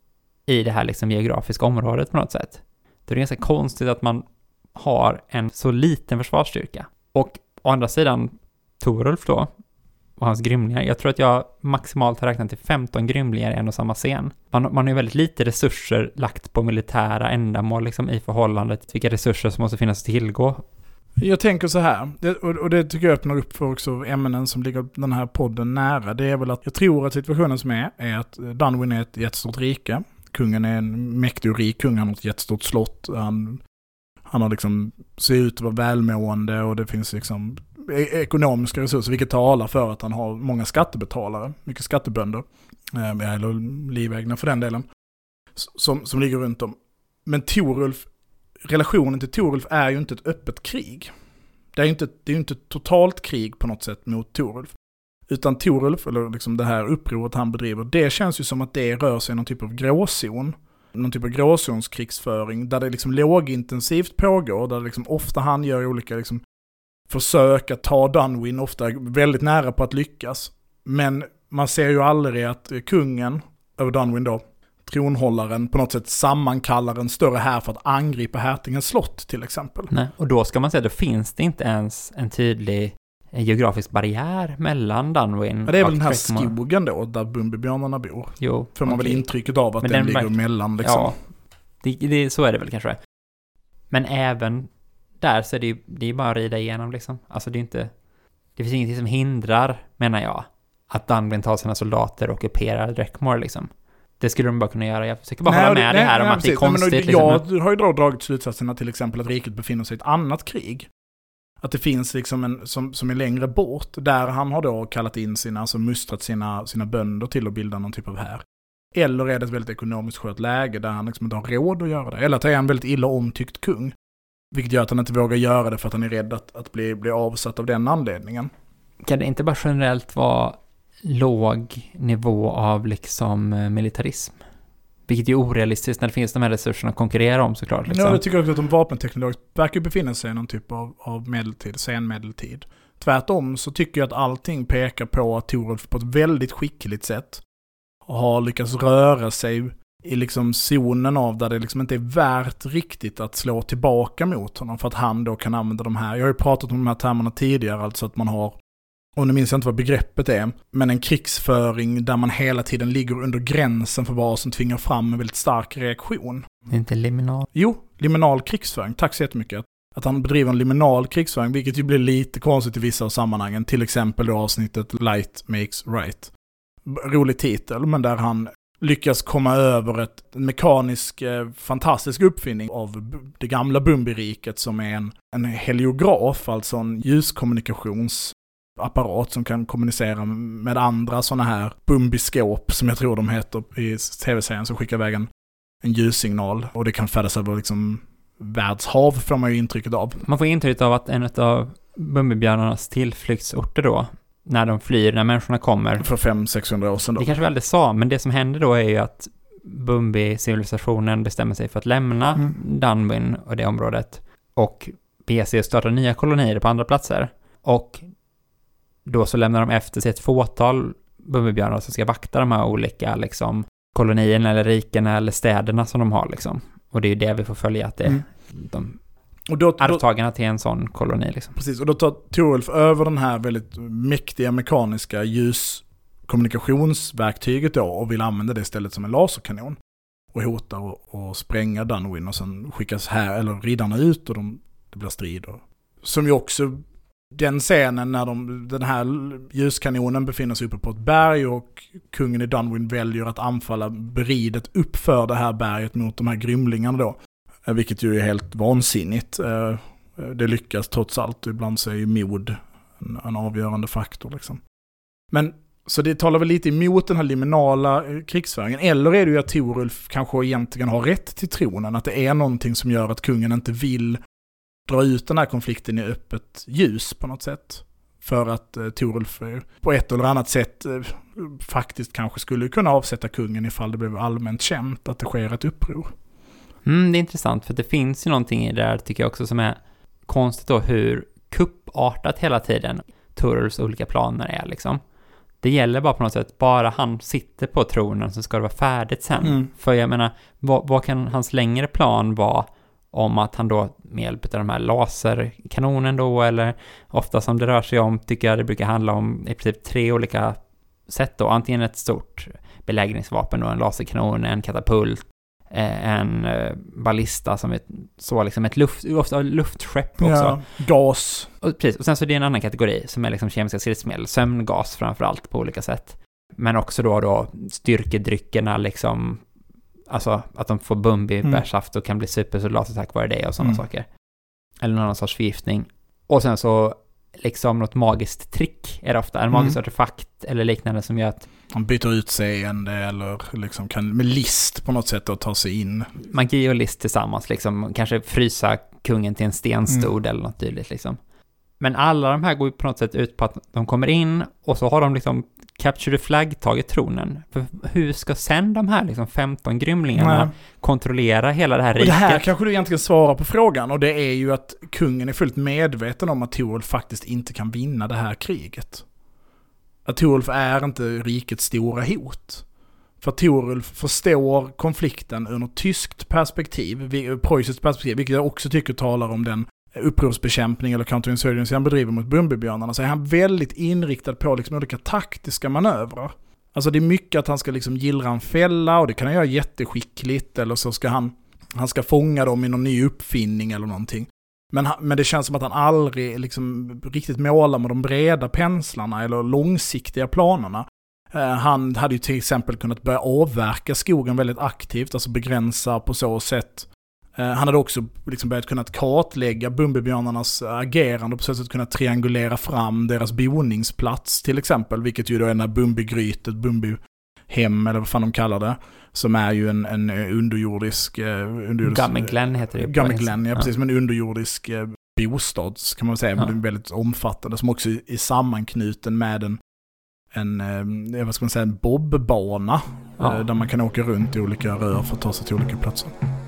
i det här liksom geografiska området på något sätt. Det är ganska konstigt att man har en så liten försvarsstyrka. Och å andra sidan Torulf då och hans grymlingar. Jag tror att jag maximalt har räknat till 15 grymlingar i en och samma scen. Man har ju väldigt lite resurser lagt på militära ändamål liksom, i förhållande till vilka resurser som måste finnas tillgå. Jag tänker så här, och det tycker jag öppnar upp för också ämnen som ligger den här podden nära. Det är väl att jag tror att situationen som är att Dunwyn är ett jättestort rike. Kungen är en mäktig och rik kung, han har ett jättestort slott. Han har liksom, ser ut att vara välmående och det finns liksom ekonomiska resurser, vilket talar för att han har många skattebetalare, mycket skattebönder, eller livägna för den delen, som ligger runt om. Men relationen till Torulf är ju inte ett öppet krig. Det är ju inte ett totalt krig på något sätt mot Torulf. Utan Torulf, eller liksom det här upproret han bedriver, det känns ju som att det rör sig i någon typ av gråzon. Någon typ av gråzonskrigsföring där det liksom lågintensivt pågår, där liksom ofta han gör olika liksom försök att ta Dunwyn, ofta väldigt nära på att lyckas. Men man ser ju aldrig att kungen över Dunwyn då, tronhållaren, på något sätt sammankallar en större här för att angripa hertigens slott till exempel. Nej, och då ska man säga, då finns det inte ens en tydlig geografisk barriär mellan Dunwyn och det är väl den här skogen då, där Bumbibjörnarna bor. Jo, för man väl intrycket av att den ligger mellan liksom. Ja, så är det väl kanske. Men även där så är det bara att rida igenom liksom. Alltså det finns ingenting som hindrar, menar jag, att Dunwyn tar sina soldater och ockuperar Drekmore liksom. Det skulle de bara kunna göra. Jag försöker bara hålla med det här om att det är konstigt. Men jag har ju då dragit slutsatserna till exempel att riket befinner sig i ett annat krig. Att det finns liksom en som är längre bort, där han har då kallat in mustrat sina bönder till att bilda någon typ av här. Eller är det ett väldigt ekonomiskt skört läge där han liksom inte har råd att göra det. Eller att han är en väldigt illa omtyckt kung. Vilket gör att han inte vågar göra det för att han är rädd att bli avsatt av den anledningen. Kan det inte bara generellt vara låg nivå av liksom militarism? Vilket är orealistiskt när det finns de här resurserna att konkurrera om såklart. Liksom. Ja, jag tycker också att de vapenteknologiskt verkar befinna sig i någon typ av medeltid, senmedeltid. Tvärtom så tycker jag att allting pekar på att Torulf på ett väldigt skickligt sätt har lyckats röra sig i liksom zonen av där det liksom inte är värt riktigt att slå tillbaka mot honom för att han då kan använda de här. Jag har ju pratat om de här termerna tidigare, alltså att man har, och nu minns jag inte vad begreppet är, men en krigsföring där man hela tiden ligger under gränsen för vad som tvingar fram en väldigt stark reaktion. Det är inte liminal. Jo, liminal krigsföring. Tack så jättemycket. Att han bedriver en liminal krigsföring, vilket ju blir lite konstigt i vissa av sammanhangen. Till exempel då avsnittet Light Makes Right. Rolig titel, men där han lyckas komma över en mekanisk, fantastisk uppfinning av det gamla Bumbiriket som är en heliograf, alltså en ljuskommunikationsapparat som kan kommunicera med andra sådana här bumbiskop som jag tror de heter i tv-serien, som skickar iväg en ljussignal och det kan färdas över liksom världshav, får man ju intrycket av. Man får intrycket av att en av Bumbibjörnarnas tillflyktsorter då, när de flyr, när människorna kommer. För 500-600 år sedan då. Det kanske vi aldrig sa, men det som händer då är ju att Bumbi-civilisationen bestämmer sig för att lämna Dunwyn och det området och bege sig och starta nya kolonier på andra platser. Och då så lämnar de efter sig ett fåtal Bumbibjörnar som ska vakta de här olika liksom, kolonierna eller rikena eller städerna som de har liksom. Och det är ju det vi får följa, att det är arvtagarna till en sån koloni liksom. Precis, och då tar Torulf över den här väldigt mäktiga mekaniska ljuskommunikationsverktyget då och vill använda det istället som en laserkanon och hotar och spränga Dunwyn och sen skickas här eller riddarna ut och de det blir strider. Som ju också, den scenen när den här ljuskanonen befinner sig uppe på ett berg och kungen i Dunwyn väljer att anfalla beridet uppför det här berget mot de här grymlingarna då. Vilket ju är helt vansinnigt. Det lyckas trots allt, och ibland så är ju mod en avgörande faktor liksom. Men så det talar väl lite emot den här liminala krigsföringen. Eller är det ju att Torulf kanske egentligen har rätt till tronen, att det är någonting som gör att kungen inte vill dra ut den här konflikten i öppet ljus på något sätt. För att Torulf på ett eller annat sätt faktiskt kanske skulle kunna avsätta kungen ifall det blev allmänt känt att det sker ett uppror. Det är intressant, för det finns ju någonting i det där tycker jag också som är konstigt då, hur kuppartat hela tiden Torulfs olika planer är liksom. Det gäller bara på något sätt, bara han sitter på tronen så ska det vara färdigt sen. För jag menar, vad kan hans längre plan vara om att han då med hjälp av de här laserkanonen då, eller ofta som det rör sig om, tycker jag det brukar handla om i princip 3 olika sätt då. Antingen ett stort beläggningsvapen då, en laserkanon, en katapult, en ballista som är så liksom ett luftskepp också. Ja, gas. Och, precis, och sen så är det en annan kategori som är liksom kemiska stridsmedel, sömngas framförallt på olika sätt. Men också då styrkedryckerna liksom, alltså att de får bärssaft och kan bli supersoldater tack vare det och sådana saker. Eller någon sorts förgiftning. Och sen så liksom något magiskt trick är det ofta. En magisk artefakt eller liknande som gör att han byter utseende eller liksom kan med list på något sätt att ta sig in. Magi och list tillsammans liksom. Kanske frysa kungen till en stenstod eller något dylikt liksom. Men alla de här går ju på något sätt ut på att de kommer in och så har de liksom capture the flag tagit tronen. För hur ska sen de här liksom 15 grymlingarna kontrollera hela det här riket? Och det här kanske du egentligen svarar på frågan, och det är ju att kungen är fullt medveten om att Torulf faktiskt inte kan vinna det här kriget. Att Torulf är inte rikets stora hot. För Torulf förstår konflikten ur något tyskt perspektiv, preussiskt perspektiv, vilket jag också tycker talar om den upprorsbekämpning eller counterinsurgency han bedriver mot Bumbibjörnarna, så är han väldigt inriktad på liksom olika taktiska manövrar. Alltså det är mycket att han ska liksom gillra en fälla, och det kan han göra jätteskickligt, eller så ska han ska fånga dem i någon ny uppfinning eller någonting. Men det känns som att han aldrig liksom riktigt målar med de breda penslarna eller långsiktiga planerna. Han hade ju till exempel kunnat börja avverka skogen väldigt aktivt, alltså begränsa på så sätt. Han hade också liksom börjat kunna kartlägga Bumbibjörnarnas agerande och på så sätt kunna triangulera fram deras boningsplats till exempel, vilket ju då är när Bumbigrytet, Bumbihem eller vad fan de kallar det, som är ju en underjordisk Gummiglen heter det. Gummiglen, ja, precis, men en underjordisk bostad kan man säga, men väldigt omfattande, som också är sammanknuten med vad ska man säga, en bobbana där man kan åka runt i olika rör för att ta sig till olika platser.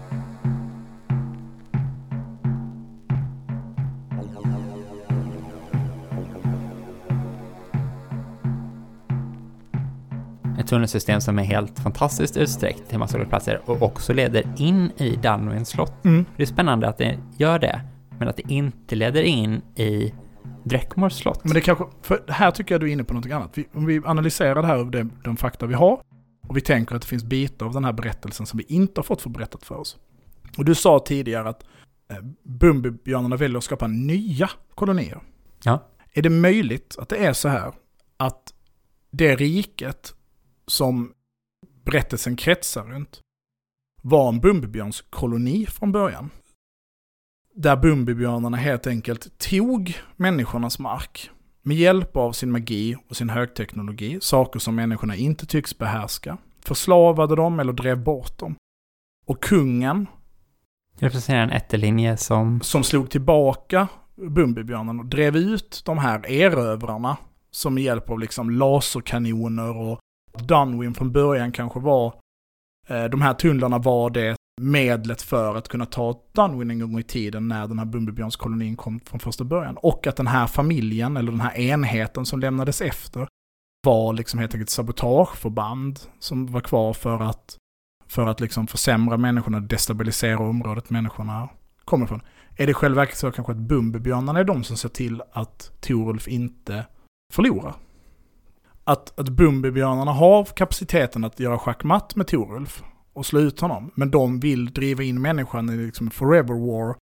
Ett tunnelsystem som är helt fantastiskt utsträckt till massa olika platser och också leder in i Dunwyn slott. Det är spännande att det gör det, men att det inte leder in i Dräckmores slott. Men det kanske, för här tycker jag du är inne på något annat. Om vi analyserar det här av de fakta vi har, och vi tänker att det finns bitar av den här berättelsen som vi inte har fått få berättat för oss. Och du sa tidigare att Bumbibjörnarna väljer att skapa nya kolonier. Ja. Är det möjligt att det är så här att det riket som berättelsen kretsar runt var en Bumbibjörns koloni från början? Där Bumbibjörnarna helt enkelt tog människornas mark med hjälp av sin magi och sin högteknologi, saker som människorna inte tycks behärska, förslavade dem eller drev bort dem. Och kungen representerar en ätterlinje som slog tillbaka Bumbibjörnarna och drev ut de här erövrarna som med hjälp av liksom laserkanoner och Dunwyn från början kanske var de här tunnlarna var det medlet för att kunna ta Dunwyn en gång i tiden när den här Bumbibjörnskolonin kom från första början. Och att den här familjen eller den här enheten som lämnades efter var liksom helt enkelt sabotageförband som var kvar för att liksom försämra människorna, destabilisera området människorna kommer från. Är det själv verkligen så kanske att Bumbibjörnarna är de som ser till att Torulf inte förlorar? Att Bumbibjörnarna har kapaciteten att göra schackmatt med Torulf och slå ut honom, men de vill driva in människan i liksom forever war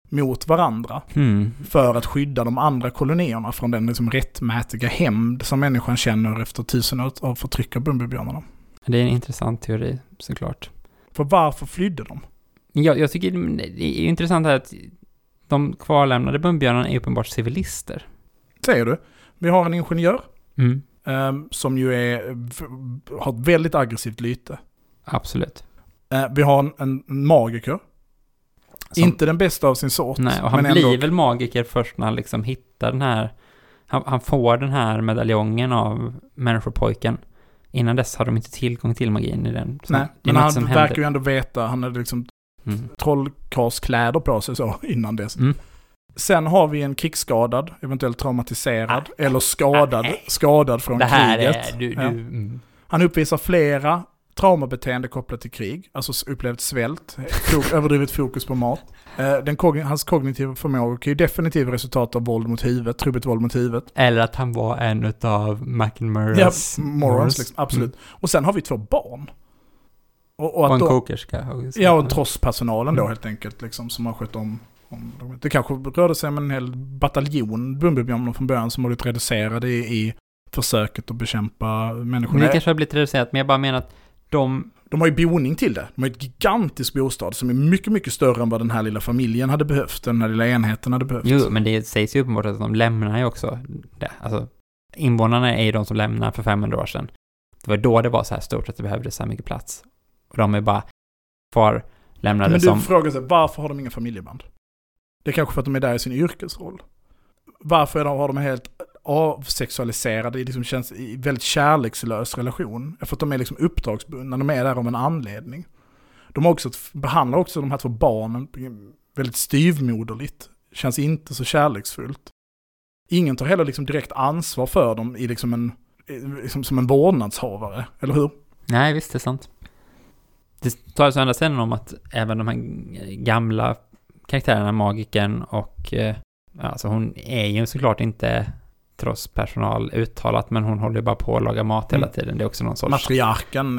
mot varandra för att skydda de andra kolonierna från den liksom rättmätiga hämnd som människan känner efter 1000 år av förtryck av Bumbibjörnarna. Det är en intressant teori, såklart. För varför flydde de? Jag tycker det är intressant att de kvarlämnade Bumbibjörnarna är uppenbart civilister. Säger du? Vi har en ingenjör som ju har ett väldigt aggressivt lyte. Absolut. Vi har en magiker. Inte den bästa av sin sort. Nej, och han blir väl magiker först när han liksom hittar den här... Han får den här medaljongen av människopojken. Innan dess har de inte tillgång till magin i den. Nej, men han verkar ju ändå veta. Han hade liksom trollkarlskläder på sig så innan dess. Sen har vi en krigsskadad, eventuellt traumatiserad eller skadad från kriget. Han uppvisar flera traumabeteende kopplat till krig, alltså upplevt svält, överdrivet fokus på mat. Hans kognitiva förmåga kan ju definitivt resultat av våld mot huvudet, trubbigt våld mot huvudet. Eller att han var en av McMurrays morons, liksom, absolut. Och sen har vi 2 barn. Och en kokerska. Ja, och trosspersonalen då helt enkelt, liksom, som har skött om. Det kanske rörde sig om en hel bataljon Bumbibjörnar från början som har blivit reducerade i försöket att bekämpa människor. Men det kanske har blivit reducerat, men jag bara menar att de har ju boning till det. De har ett gigantiskt bostad som är mycket, mycket större än vad den här lilla familjen hade behövt, den här lilla enheten hade behövt. Jo, men det sägs ju uppenbart att de lämnar ju också det. Alltså, invånarna är ju de som lämnar för 500 år sedan. Det var då det var så här stort att det behövde så här mycket plats. Och de är bara lämnade men som... Men du frågar sig, varför har de inga familjeband? Det är kanske för att de är där i sin yrkesroll. Varför har de helt avsexualiserade, liksom känns i väldigt kärlekslös relation? För att de är liksom uppdragsbundna, de är där av en anledning. De behandlar också de här 2 barnen väldigt styvmoderligt. Känns inte så kärleksfullt. Ingen tar heller liksom direkt ansvar för dem i liksom som en vårdnadshavare, eller hur? Nej, visst, det är sant. Det talas å andra sidan om att även de här gamla karaktärerna, magiken och alltså hon är ju såklart inte trosspersonal uttalat, men hon håller bara på att laga mat hela tiden. Det är också någon sorts... Matriarken,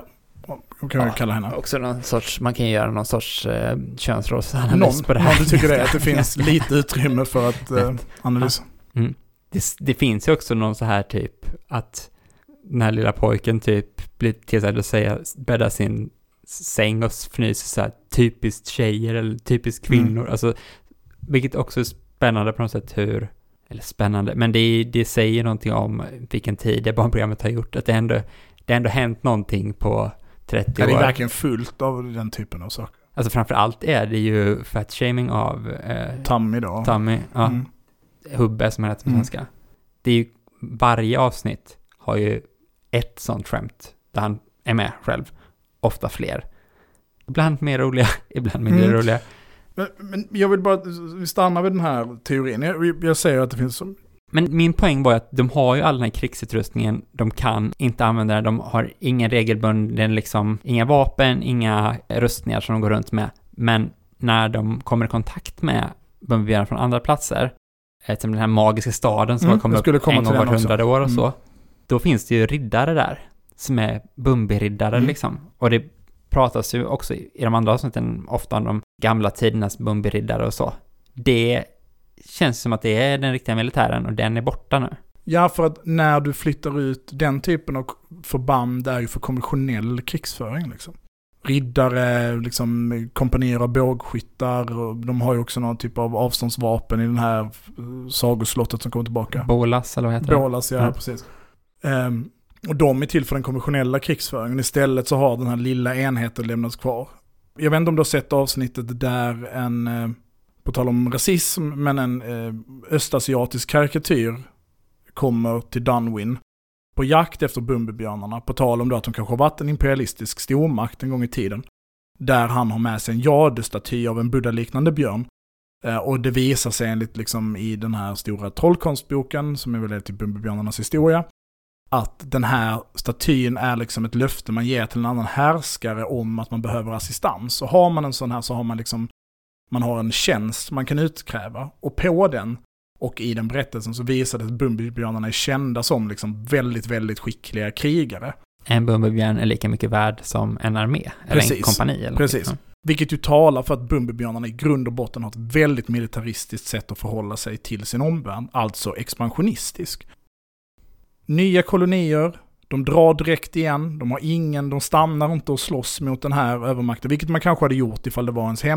kan man kalla henne. Också någon sorts, man kan göra någon sorts könsrollsanalys på det här. Någon du tycker att det finns lite utrymme för att analysera. Det finns ju också någon så här typ att den här lilla pojken typ blir tillsagd att säga, bädda sin säng och fnyser så här typiskt tjejer eller typiskt kvinnor. Alltså, vilket också är spännande på något sätt eller spännande, men det säger någonting om vilken tid det barnprogrammet har gjort. Att det ändå hänt någonting på 30 år. Det är verkligen fullt av den typen av saker. Alltså framförallt är det ju fat-shaming av Tammy då. Tammy, ja. Hubbe som är rätt på svenska. Det är ju, varje avsnitt har ju ett sånt skämt där han är med själv. Ofta fler. Ibland mer roliga, ibland mindre roliga. Men jag vill bara stanna vid den här teorin. Jag säger att det finns... Men min poäng var att de har ju all den här krigsutrustningen. De kan inte använda den. De har ingen regelbunden, liksom, inga vapen, inga rustningar som de går runt med. Men när de kommer i kontakt med Bumbibjörnar från andra platser, som den här magiska staden som har kommit upp en gång var 100 år och så, då finns det ju riddare där som är Bumbi-riddare liksom. Och det pratas ju också i de andra avsnitten ofta om de gamla tidernas Bumbi-riddare och så. Det känns som att det är den riktiga militären och den är borta nu. Ja, för att när du flyttar ut den typen av förband är ju för konventionell krigsföring liksom. Riddare, liksom kompanier av bågskyttar, och de har ju också någon typ av avståndsvapen i den här sagoslottet som kommer tillbaka. Bolas, eller vad heter det? Bolas, ja, precis. Och de är till för den konventionella krigsföringen. Istället så har den här lilla enheten lämnats kvar. Jag vet inte om du har sett avsnittet där på tal om rasism, men en östasiatisk karikatyr kommer till Dunwin på jakt efter Bumbibjörnarna, på tal om då att de kanske har varit en imperialistisk stormakt en gång i tiden, där han har med sig en jadestaty av en buddha-liknande björn. Och det visar sig enligt liksom i den här stora trollkonstboken, som är väl till Bumbibjörnarnas historia, att den här statyn är liksom ett löfte man ger till en annan härskare om att man behöver assistans. Och har man en sån här så har man liksom, man har en tjänst man kan utkräva. Och på den och i den berättelsen så visar det att Bumbibjörnarna är kända som liksom väldigt, väldigt skickliga krigare. En Bumbibjörn är lika mycket värd som en armé. Eller en kompani. Eller precis. Liksom. Vilket ju talar för att Bumbibjörnarna i grund och botten har ett väldigt militaristiskt sätt att förhålla sig till sin omvärld, alltså expansionistisk. Nya kolonier, de drar direkt igen, de stannar inte och slåss mot den här övermakten, vilket man kanske hade gjort ifall det var ens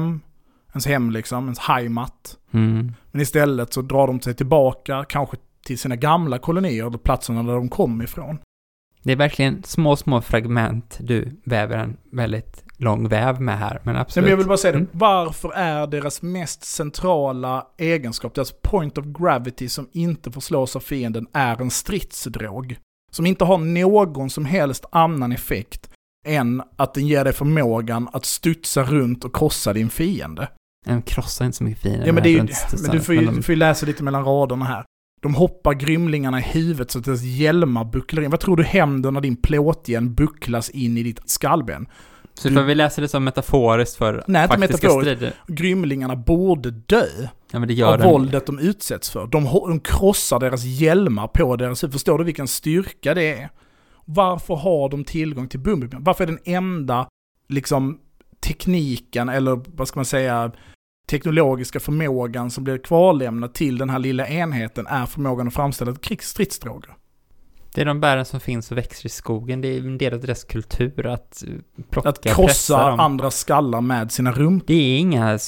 hem liksom, ens heimat. Men istället så drar de sig tillbaka, kanske till sina gamla kolonier, eller platserna där de kom ifrån. Det är verkligen små fragment du väver en väldigt lång väv med här, men absolut. Men jag vill bara säga det, varför är deras mest centrala egenskap, deras point of gravity som inte förslås av fienden, är en stridsdrog? Som inte har någon som helst annan effekt än att den ger dig förmågan att studsa runt och krossa din fiende. Den krossar inte så mycket fiender. Ja, men du får ju läsa lite mellan raderna här. De hoppar grymlingarna i huvudet så att deras hjälmar bucklar in. Vad tror du händer när din plåtgen bucklas in i ditt skallben? Så får vi läsa det som metaforiskt för faktiska strider? Grymlingarna borde dö men det gör av våldet de utsätts för. De krossar deras hjälmar på deras huvud. Förstår du vilken styrka det är? Varför har de tillgång till Bumbibjörn? Varför är den enda liksom, tekniken eller vad ska man säga teknologiska förmågan som blir kvarlämnad till den här lilla enheten är förmågan att framställa stridsdroger? Det är de bären som finns och växer i skogen. Det är en del av deras kultur att plocka, att krossa andra skallar med sina rumpor. Det är inga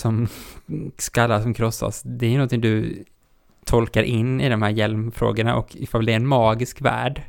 skallar som krossas. Det är någonting du tolkar in i de här hjälmfrågorna, och ifall det är en magisk värld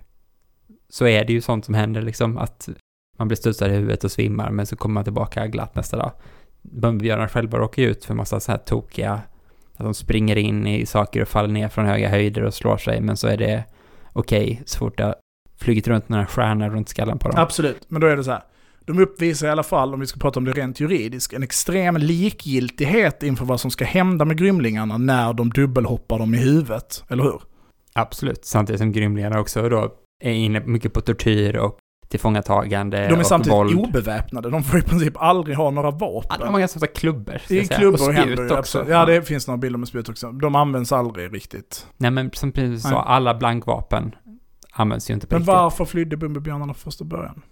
så är det ju sånt som händer liksom, att man blir studsad i huvudet och svimmar, men så kommer man tillbaka glatt nästa dag. Bumbibjörnar själva råkar ut för massa så här tokiga, att de springer in i saker och faller ner från höga höjder och slår sig, men så är det okej, så fort det flugit runt några stjärnor runt skallen på dem. Absolut, men då är det så här. De uppvisar i alla fall, om vi ska prata om det rent juridiskt, en extrem likgiltighet inför vad som ska hända med grymlingarna när de dubbelhoppar dem i huvudet, eller hur? Absolut, samtidigt som grymlingarna också då är inne mycket på tortyr och tillfångatagande. De är och samtidigt våld. Obeväpnade. De får i princip aldrig ha några vapen. Ja, de har ganska sådana klubbor. Det är klubbor och händer också. Ja, det finns några bilder med spjut också. De används aldrig riktigt. Nej, men som precis sa, alla blankvapen används ju inte på riktigt. Men riktigt. varför flydde Bumbibjörnarna första början?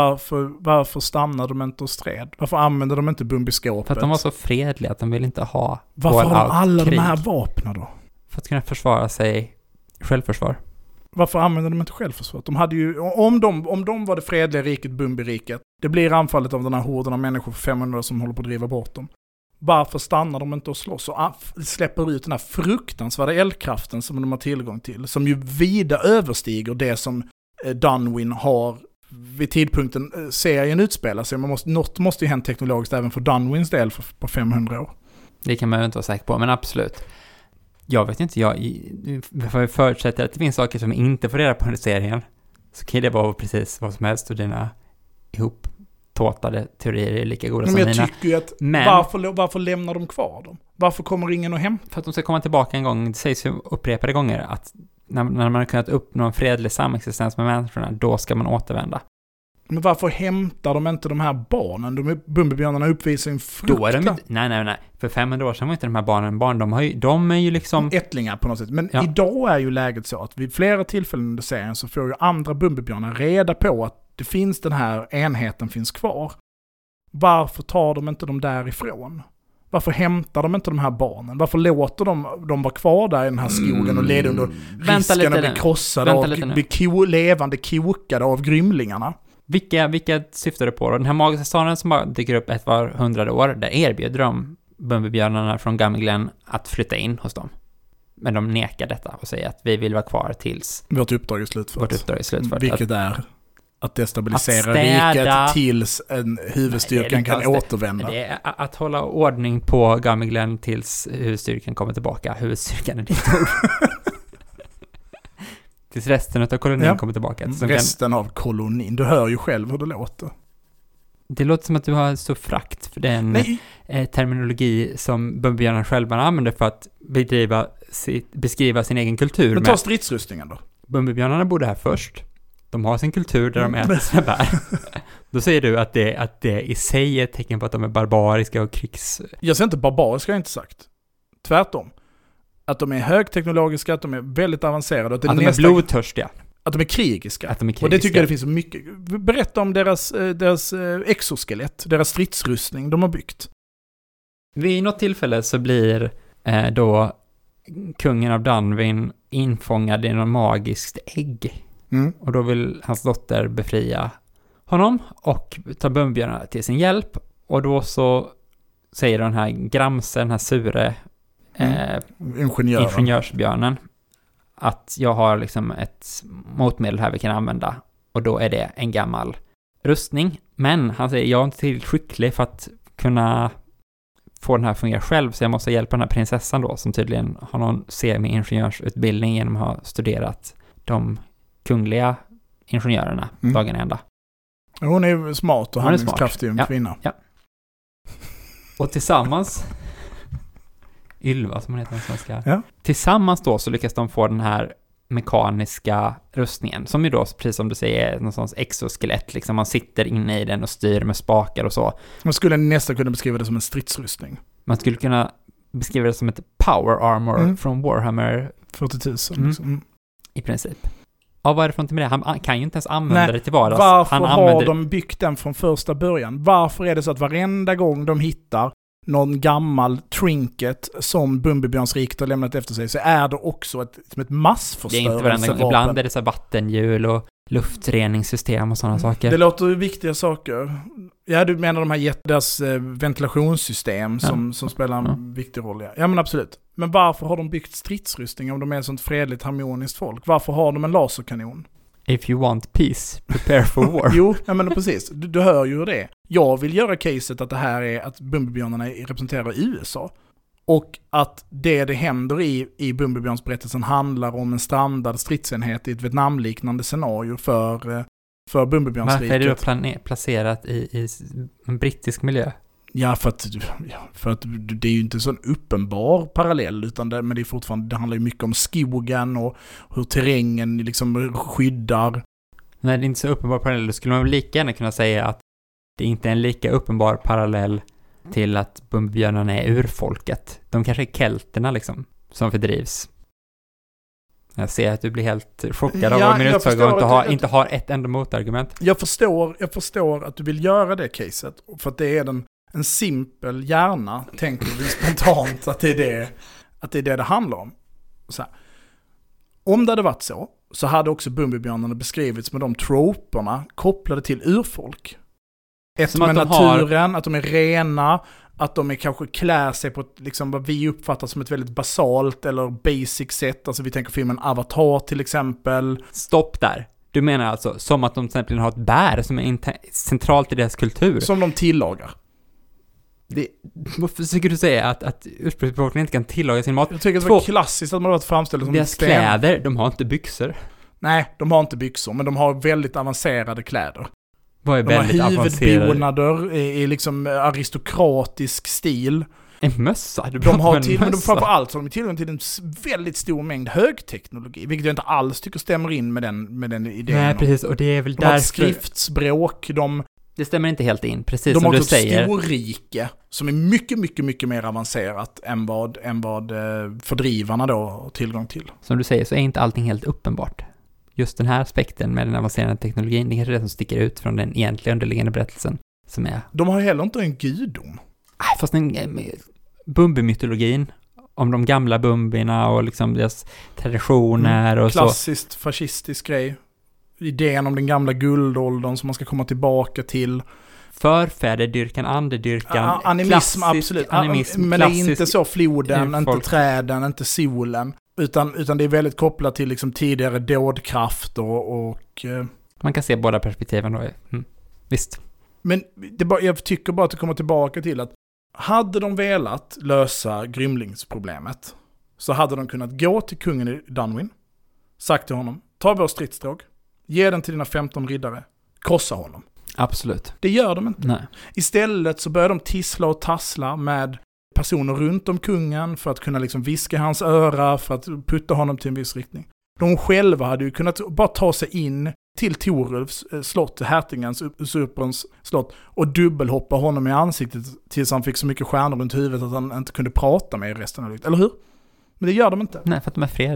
Varför stannade de inte och stred? Varför använde de inte bumbiskåpet? För att de var så fredliga att de ville inte ha varför har de alla krig? De här vapnen då? För att kunna försvara sig, självförsvar. Varför använder de inte självförsvar? De hade ju, om de var det fredliga riket, Bumbiriket, det blir anfallet av den här horden av människor för 500 som håller på att driva bort dem. Varför stannar de inte och slåss och släpper ut den här fruktansvärda eldkraften som de har tillgång till, som ju vida överstiger det som Dunwyn har vid tidpunkten serien utspelar sig. Något måste ju hänt teknologiskt även för Dunwyns del på 500 år. Det kan man ju inte vara säker på, men absolut. Jag vet inte, jag förutsätter att det finns saker som inte får reda på den serien. Så kan det vara precis vad som helst, och dina ihoptåtade teorier är lika goda som mina. Men jag tycker ju att varför lämnar de kvar dem? Varför kommer ingen att hämta? För att de ska komma tillbaka en gång. Det sägs ju upprepade gånger att när man har kunnat uppnå en fredlig samexistens med människorna, då ska man återvända. Men varför hämtar de inte de här barnen? Bumbibjörnarna uppvisar en fruktan. Nej. För 500 år sedan var inte de här barnen barn. De är ju liksom ättlingar på något sätt. Men idag är ju läget så att vid flera tillfällen under serien så får ju andra Bumbibjörnar reda på att det finns den här enheten finns kvar. Varför tar de inte dem därifrån? Varför hämtar de inte de här barnen? Varför låter de vara kvar där i den här skogen och leder under risken att bli krossade och bli levande kokade av grymlingarna? Vilka syftar det på då? Den här magiska staden som bara dyker upp ett var 100 år, där erbjuder de Bumbibjörnarna från Gammelglen att flytta in hos dem. Men de nekar detta och säger att vi vill vara kvar tills vårt uppdrag är slutfört. Vilket är att destabilisera riket tills en huvudstyrkan kan återvända. Det är att hålla ordning på Gammelglen tills huvudstyrkan kommer tillbaka. Huvudstyrkan är ditt ord. Tills resten av kolonin kommer tillbaka. Resten av kolonin. Du hör ju själv hur det låter. Det låter som att du har så frakt för den terminologi som Bumbibjörnarna själva använder för att beskriva sin egen kultur. Men ta stridsrustningen då. Bumbibjörnarna bodde här först. De har sin kultur där de äter sina bär. Då säger du att det i sig är ett tecken på att de är barbariska och Jag säger inte barbariska, jag har inte sagt. Tvärtom. Att de är högteknologiska, att de är väldigt avancerade. Att de är blodtörstiga. Att de är krigiska. Att de är krigiska. Och det tycker jag det finns så mycket. Berätta om deras exoskelett, deras stridsrustning de har byggt. Vid något tillfälle så blir då kungen av Dunwyn infångad i någon magiskt ägg. Och då vill hans dotter befria honom och ta Bumbibjörnarna till sin hjälp. Och då så säger den här Gramse, den här sure ingenjörsbjörnen, att jag har liksom ett motmedel här vi kan använda. Och då är det en gammal rustning. Men han säger, jag är inte tillräckligt skicklig för att kunna få den här att fungera själv, så jag måste hjälpa den här prinsessan då, som tydligen har någon semi-ingenjörsutbildning genom att ha studerat de kungliga ingenjörerna dagen ända. Hon är smart och handlingskraftig kvinna. Ja. Och tillsammans Ylva som hon heter den svenska. Ja. Tillsammans då så lyckas de få den här mekaniska rustningen, som ju då, precis som du säger, är någon sorts exoskelett. Liksom man sitter inne i den och styr med spakar och så. Man skulle nästan kunna beskriva det som en stridsrustning. Man skulle kunna beskriva det som ett power armor från Warhammer 40 000. Liksom. I princip. Ja, vad är det för någonting med det? Han kan ju inte ens använda det till vardags. Varför har de byggt den från första början? Varför är det så att varenda gång de hittar någon gammal trinket som Bumbibjörnsriket har lämnat efter sig, så är det också ett massförstörelsevapen. Det är inte varenda gång. Ibland är det så här vattenhjul och luftreningssystem och sådana saker. Det låter viktiga saker. Ja, du menar de här deras ventilationssystem som spelar en viktig roll. Ja, men absolut. Men varför har de byggt stridsrustning om de är ett sånt fredligt, harmoniskt folk? Varför har de en laserkanon? If you want peace, prepare for war. Jo, ja, men precis. Du hör ju hur det är. Jag vill göra caset att det här är att Bumbibjörnarna representerar USA. Och att det händer i Bumbibjörnsberättelsen handlar om en strandad stridsenhet i ett Vietnamliknande scenario för Bumbibjörnsriket. Varför är det då placerat i en brittisk miljö? Ja, för att det är ju inte en sån uppenbar parallell, utan men det är fortfarande, det handlar ju mycket om skogen och hur terrängen liksom skyddar. Nej, det är inte så uppenbar parallell. Då skulle man väl lika gärna kunna säga att det inte är en lika uppenbar parallell till att Bumbibjörnarna är urfolket. De kanske är kelterna liksom, som fördrivs. Jag ser att du blir helt chockad av min utsaga och inte har ett enda motargument. Jag förstår att du vill göra det caset, för att det är en simpel hjärna, tänker vi spontant att det är det handlar om. Så här. Om det hade varit så hade också Bumbibjörnarna beskrivits med de troperna kopplade till urfolk. Med naturen, att de är rena, att de är kanske klär sig på ett, liksom, vad vi uppfattar som ett väldigt basalt eller basic sätt. Alltså vi tänker filmen Avatar till exempel. Stopp där. Du menar alltså som att de till exempel har ett bär som är centralt i deras kultur? Som de tillagar. Varför försöker du säga att ursprungsbefolkningen inte kan tillaga sin mat? Jag tycker att det var klassiskt att man har varit framställd som deras kläder, de har inte byxor. Nej, de har inte byxor, men de har väldigt avancerade kläder. Vad är väldigt avancerade? De har huvudbonader i liksom aristokratisk stil. En mössa? De har men framförallt har de tillgång till en väldigt stor mängd högteknologi, vilket jag inte alls tycker stämmer in med den idén. Nej, precis, och det är väl de har skriftspråk, det stämmer inte helt in, precis som du säger. De har ett storrike som är mycket, mycket, mycket mer avancerat än vad fördrivarna då har tillgång till. Som du säger så är inte allting helt uppenbart. Just den här aspekten med den avancerade teknologin, det är kanske det som sticker ut från den egentliga underliggande berättelsen som är... De har heller inte en gudom. Fast Bumbi-mytologin om de gamla Bumbina och liksom deras traditioner och så. Klassiskt fascistisk grej. Idén om den gamla guldåldern som man ska komma tillbaka till. Förfäderdyrkan, andedyrkan. Animism, absolut. Men det är inte så floden, inte träden, inte solen. Utan det är väldigt kopplat till liksom tidigare dådkraft och man kan se båda perspektiven då. Visst. Men jag tycker bara att det kommer tillbaka till att hade de velat lösa grymlingsproblemet så hade de kunnat gå till kungen i Dunwyn, sagt till honom, ta vår stridsdrog, ge den till dina 15 riddare, krossa honom. Absolut. Det gör de inte. Nej. Istället så börjar de tissla och tassla med personer runt om kungen för att kunna liksom viska hans öra, för att putta honom till en viss riktning. De själva hade ju kunnat bara ta sig in till Torulfs slott, hertigens, usurperens slott, och dubbelhoppa honom i ansiktet tills han fick så mycket stjärnor runt huvudet att han inte kunde prata med resten av livet. Eller hur? Men det gör de inte. Nej, för att de är fredliga.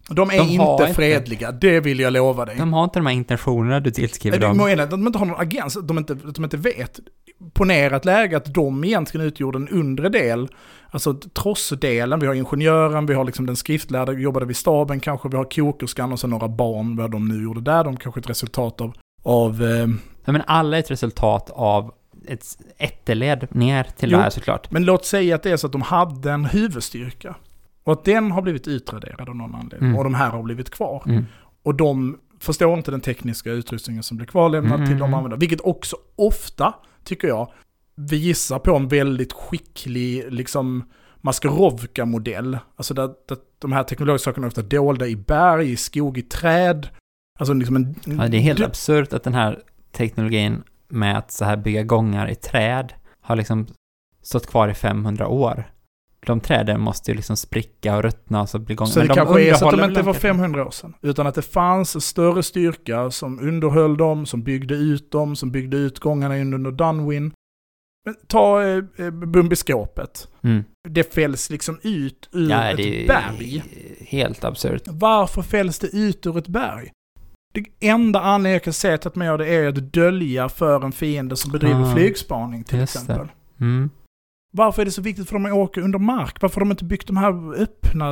De är inte fredliga, det vill jag lova dig. De har inte de här intentionerna du tillskriver dem. De inte har någon agens, de inte vet. Ponerat läge att de egentligen utgjorde en undre del, alltså trossdelen. Vi har ingenjören, vi har liksom den skriftlärda, jobbade vid staben kanske, vi har kokerskan och så några barn, vad de nu gjorde där. De kanske ett resultat av Ja, men alla är ett resultat av ett ätterled ner till det här såklart. Men låt säga att det är så att de hade en huvudstyrka. Och att den har blivit utraderad av någon anledning. Och de här har blivit kvar. Och de förstår inte den tekniska utrustningen som blir kvarlämnad till de användare. Vilket också ofta, tycker jag, visar på en väldigt skicklig liksom Maskarovka-modell. Alltså där de här teknologiska sakerna är ofta dolda i berg, i skog, i träd. Alltså liksom det är helt absurt att den här teknologin med att så här bygga gångar i träd har liksom stått kvar i 500 år. De träden måste ju liksom spricka och ruttna och så bli gånger. Så det kanske är så att de inte var 500 år sedan, utan att det fanns en större styrka som underhöll dem, som byggde ut dem, som byggde ut gångarna under Dunwin. Men ta Bumbiskåpet. Det fälls liksom ut ur ett berg. Helt absurt. Varför fälls det ut ur ett berg? Det enda anledningen jag kan säga till att man gör det är att dölja för en fiende som bedriver flygspaning till exempel. Varför är det så viktigt för dem att åka under mark? Varför har de inte byggt de här öppna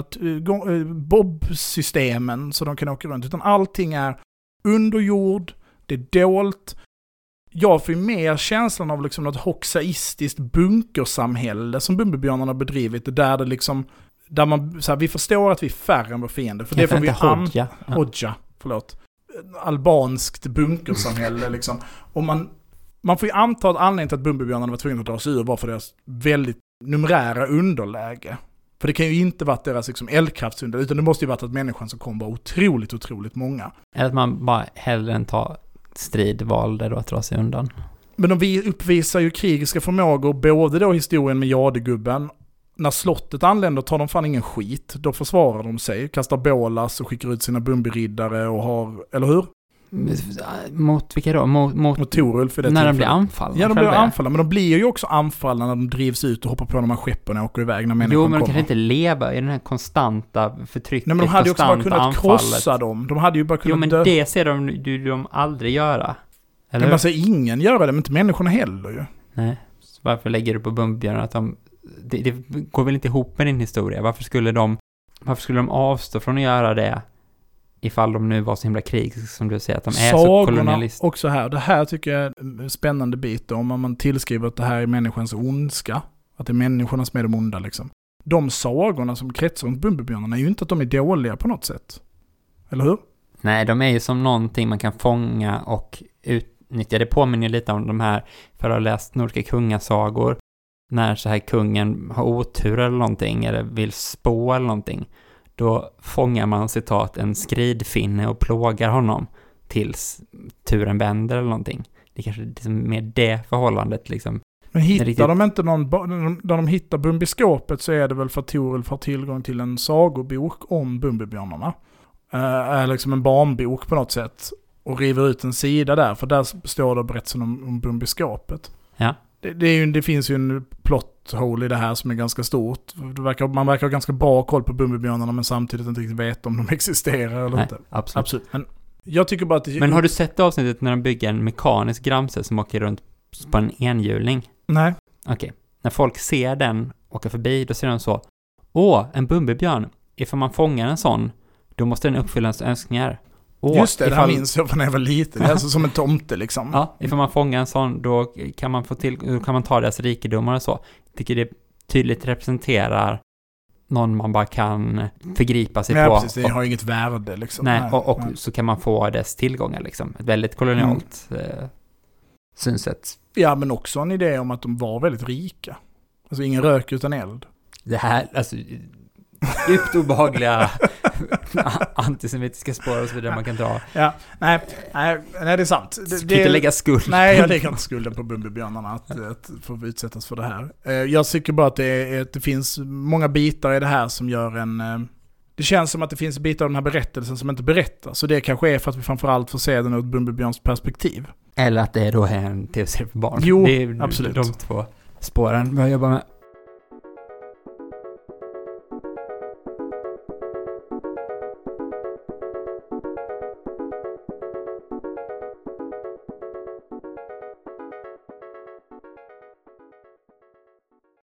bob-systemen så de kan åka runt? Utan allting är under jord, det är dolt. Jag får mer känslan av liksom något hoxaistiskt bunkersamhälle som Bumbibjörnarna bedrivit. Där det liksom, där man, så här, vi förstår att vi är färre än vår fiende. För det får vi Hodja, förlåt. Albanskt bunkersamhälle liksom. Och man får ju anta att anledningen till att Bumbibjörnarna var tvungna att dra sig ur var för deras väldigt numerära underläge. För det kan ju inte varit deras liksom eldkraftsunderläge, utan det måste ju varit att människan som kom var otroligt, otroligt många. Eller att man bara hellre än ta strid valde då att dra sig undan. Men de uppvisar ju krigiska förmågor, både då historien med Jadegubben. När slottet anländer tar de fan ingen skit. Då försvarar de sig, kastar bålas och skickar ut sina bumbiriddare och har, eller hur? Mot vilka då? Mot Torulf. När de blir anfallna. Ja, de blir anfallna, men de blir ju också anfallna när de drivs ut och hoppar på de här skeppen och åker iväg när människan kommer. Jo, men de kan inte leva i den här konstanta förtrycket. Nej, men de hade ju också bara kunnat krossa dem. De hade ju bara kunnat men det ser de aldrig göra. Eller? Men man säger ingen göra det, men inte människorna heller ju. Nej, så varför lägger du på Bumbibjörnarna att det går väl inte ihop med din historia? Varför skulle de avstå från att göra det ifall de nu var så himla krigiska som du säger, att de är så kolonialister? Också här. Det här tycker jag är en spännande bit om man tillskriver att det här är människans ondska. Att det är människorna som är de onda liksom. De sagorna som kretsar runt Bumbibjörnarna är ju inte att de är dåliga på något sätt. Eller hur? Nej, de är ju som någonting man kan fånga och utnyttja. Det påminner lite om de här, för att ha läst nordiska kungasagor, när så här kungen har otur eller någonting, eller vill spå eller någonting, då fångar man citat en skridfinne och plågar honom tills turen vänder eller någonting. Det är kanske liksom mer det förhållandet liksom. Men hittar de inte när de hittar Bumbiskåpet så är det väl för att Torulf har tillgång till en sagobok om Bumbibjörnarna. Liksom en barnbok på något sätt, och river ut en sida där, för där står det berättelsen om Bumbiskåpet. Ja. Det finns ju en plot hole i det här som är ganska stort. Man verkar ha ganska bra koll på Bumbibjörnarna, men samtidigt inte riktigt vet om de existerar eller inte. Absolut. Men jag tycker bara att Men har du sett avsnittet när de bygger en mekanisk gramse som åker runt på en enhjuling? Nej. Okej. När folk ser den åka förbi, då ser de så: en Bumbibjörn. Ifall man fångar en sån, då måste den uppfylla ens önskningar. Just det, det här minns jag när jag var liten. Det är alltså som en tomte liksom. Ja, ifall man fångar en sån, då kan man ta deras rikedomar och så. Jag tycker det tydligt representerar någon man bara kan förgripa sig på. Ja, precis. Det har inget värde liksom. Nej, och så kan man få dess tillgångar liksom. Ett väldigt kolonialt synsätt. Ja, men också en idé om att de var väldigt rika. Alltså ingen rök utan eld. Det här, alltså djupt obehagliga antisemitiska spår och så vidare man kan dra. Ja, nej, det är sant. Du kan inte lägga skuld. Nej, jag lägger inte skulden på Bumbibjörnarna att få utsättas för det här. Jag tycker bara att det finns många bitar i det här som gör det känns som att det finns bitar av den här berättelsen som inte berättar. Så det kanske är för att vi framförallt får se den ur Bumbibjörns perspektiv. Eller att det då är en tv-serie för barn. Jo, det är absolut. De två spåren jag jobbar med.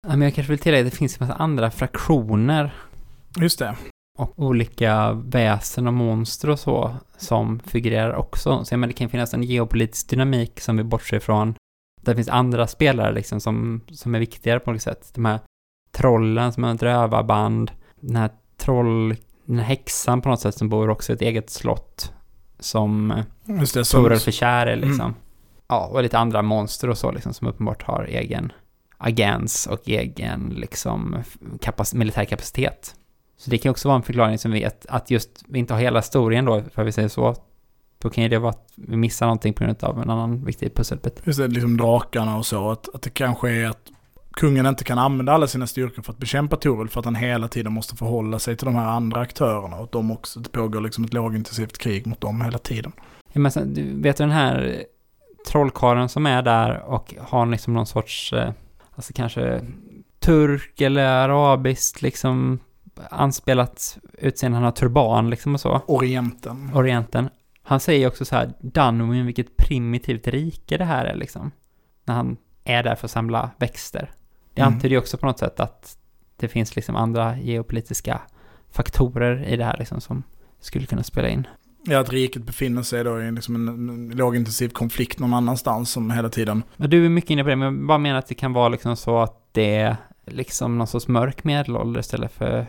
Ja, men jag kanske vill tillägga att det finns en massa andra fraktioner. Just det. Och olika väsen och monster och så som figurerar också. Så det kan finnas en geopolitisk dynamik som vi bortser ifrån. Där finns andra spelare liksom som är viktigare på något sätt. De här trollen som är ett rövarband. Den här häxan på något sätt som bor också i ett eget slott. Som Torulf för kär är liksom. Ja, och lite andra monster och så liksom som uppenbart har egen agens och egen liksom militär kapacitet. Så det kan också vara en förklaring som vi att just vi inte har hela historien då, för vi säger så. Då kan det vara att vi missar någonting på grund av en annan viktig pusselbit. Just det, liksom drakarna och så. Att det kanske är att kungen inte kan använda alla sina styrkor för att bekämpa Torulf, för att han hela tiden måste förhålla sig till de här andra aktörerna. Och de också, det pågår liksom ett lågintensivt krig mot dem hela tiden. Ja, men sen, du vet den här trollkaren som är där och har liksom någon sorts, alltså kanske turk eller arabiskt liksom anspelat utseende, han har turban liksom och så. Orienten. Han säger också så här, Dunwyn, vilket primitivt rike det här är liksom. När han är där för att samla växter. Det antyder ju också på något sätt att det finns liksom andra geopolitiska faktorer i det här liksom som skulle kunna spela in. Ja, att riket befinner sig då i liksom en lågintensiv konflikt någon annanstans som hela tiden. Ja, du är mycket inne på det, men jag bara menar att det kan vara liksom så att det är liksom någon sorts mörk medelålder istället för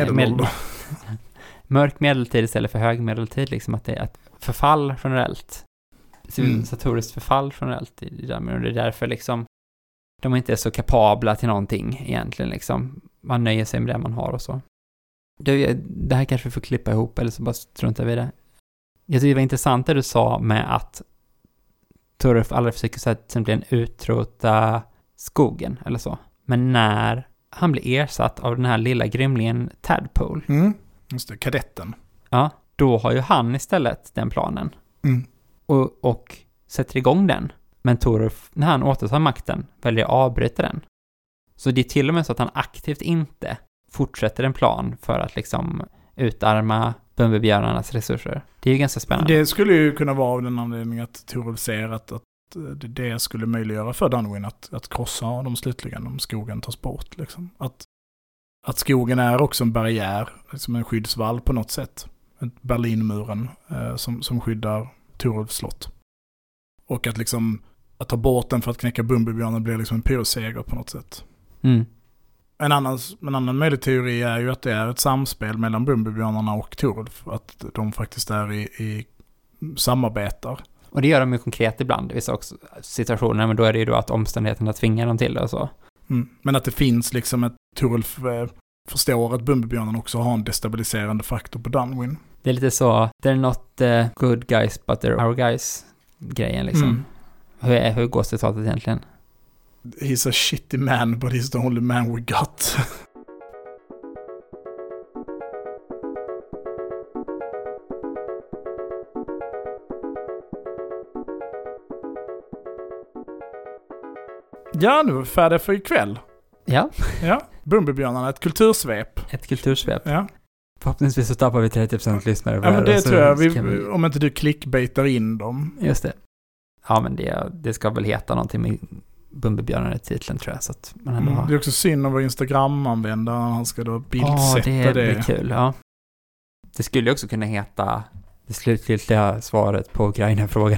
mörk medeltid istället för hög medeltid, liksom att det är ett förfall generellt. Civilisatoriskt förfall generellt i det, men det är därför liksom de inte är så kapabla till någonting egentligen liksom. Man nöjer sig med det man har och så. Det här kanske vi får klippa ihop eller så bara struntar vi det. Jag tycker det var intressant det du sa med att Torulf aldrig försöker så att utrota skogen eller så. Men när han blir ersatt av den här lilla grymlingen Tadpole. Just det, kadetten. Ja, då har ju han istället den planen. Och sätter igång den. Men Torulf, när han återtar makten, väljer att avbryta den. Så det är till och med så att han aktivt inte fortsätter en plan för att liksom utarma Bumbibjörnarnas resurser. Det är ju ganska spännande. Det skulle ju kunna vara av den anledningen att Torulf ser att det skulle möjliggöra för Dunwyn att krossa dem slutligen om skogen tas bort. Liksom. Att skogen är också en barriär, liksom en skyddsvall på något sätt. Berlinmuren som skyddar Torulfs slott. Och att liksom att ta bort den för att knäcka Bumbibjörnen blir liksom en pyroseger på något sätt. En annan möjlig teori är ju att det är ett samspel mellan Bumbibjörnarna och Torulf. Att de faktiskt är i samarbetar. Och det gör de ju konkret ibland i vissa också situationer, men då är det ju då att omständigheterna tvingar dem till det och så. Men att det finns liksom ett Torulf förstår att Bumbibjörnen också har en destabiliserande faktor på Dunwyn. Det är lite så, they're not the good guys but they're our guys grejen liksom. Hur går citatet egentligen? He's a shitty man but he's the only man we got. Ja, nu är vi färdiga för ikväll. Ja. Bumbibjörnarna, ett kultursvep. Ja. Förhoppningsvis så tappar vi 30% lyssnare. Ja, men det tror jag. Om inte du klickbaitar in dem. Just det. Ja, men det ska väl heta någonting med Bumbibjörnarna i titeln tror jag. Så att man ändå har... Det är också synd om vår Instagram-användare. Han ska då bildsätta det. Det blir kul, ja. Det skulle ju också kunna heta det slutgiltiga svaret på Ukraina-frågan.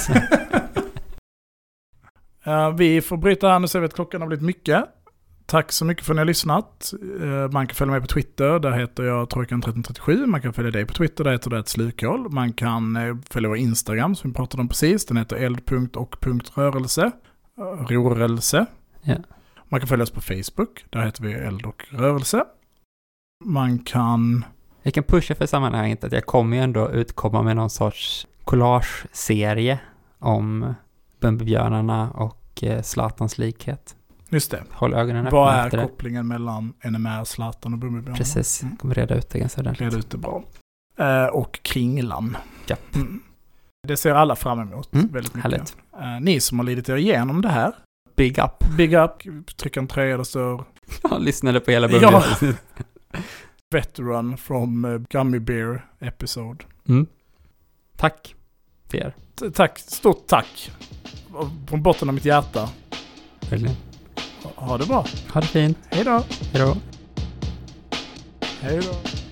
Vi får bryta här nu, så vet klockan har blivit mycket. Tack så mycket för att ni har lyssnat. Man kan följa mig på Twitter, där heter jag Trojkan1337. Man kan följa dig på Twitter, där heter det ett slukhål. Man kan följa vår Instagram som vi pratade om precis. Den heter eld.och.rörelse. Rörelse. Ja. Man kan följa oss på Facebook, där heter vi eld och rörelse. Man kan... Jag kan pusha för sammanhanget att jag kommer ju ändå utkomma med någon sorts collage-serie om Bumbibjörnarna och Zlatans likhet. Just det. Håll ögonen öppna. Vad är kopplingen mellan NMR, Zlatan och Bumbibjörnarna? Precis, kommer reda ut det ganska ordentligt. Reda ut det bra. Och Kringlan. Ja. Det ser alla fram emot väldigt mycket. Härligt. Ni som har lidit er igenom det här. Big up. Big up. Tryck en 3 eller så. Jag lyssnade på hela Bumbibjörnarna. Ja. Veteran from Gummy Bear episode. Tack för er. Tack, stort tack. Från botten av mitt hjärta. Verkligen. Ha det bra. Ha det fint. Hej då. Hej då. Hej då.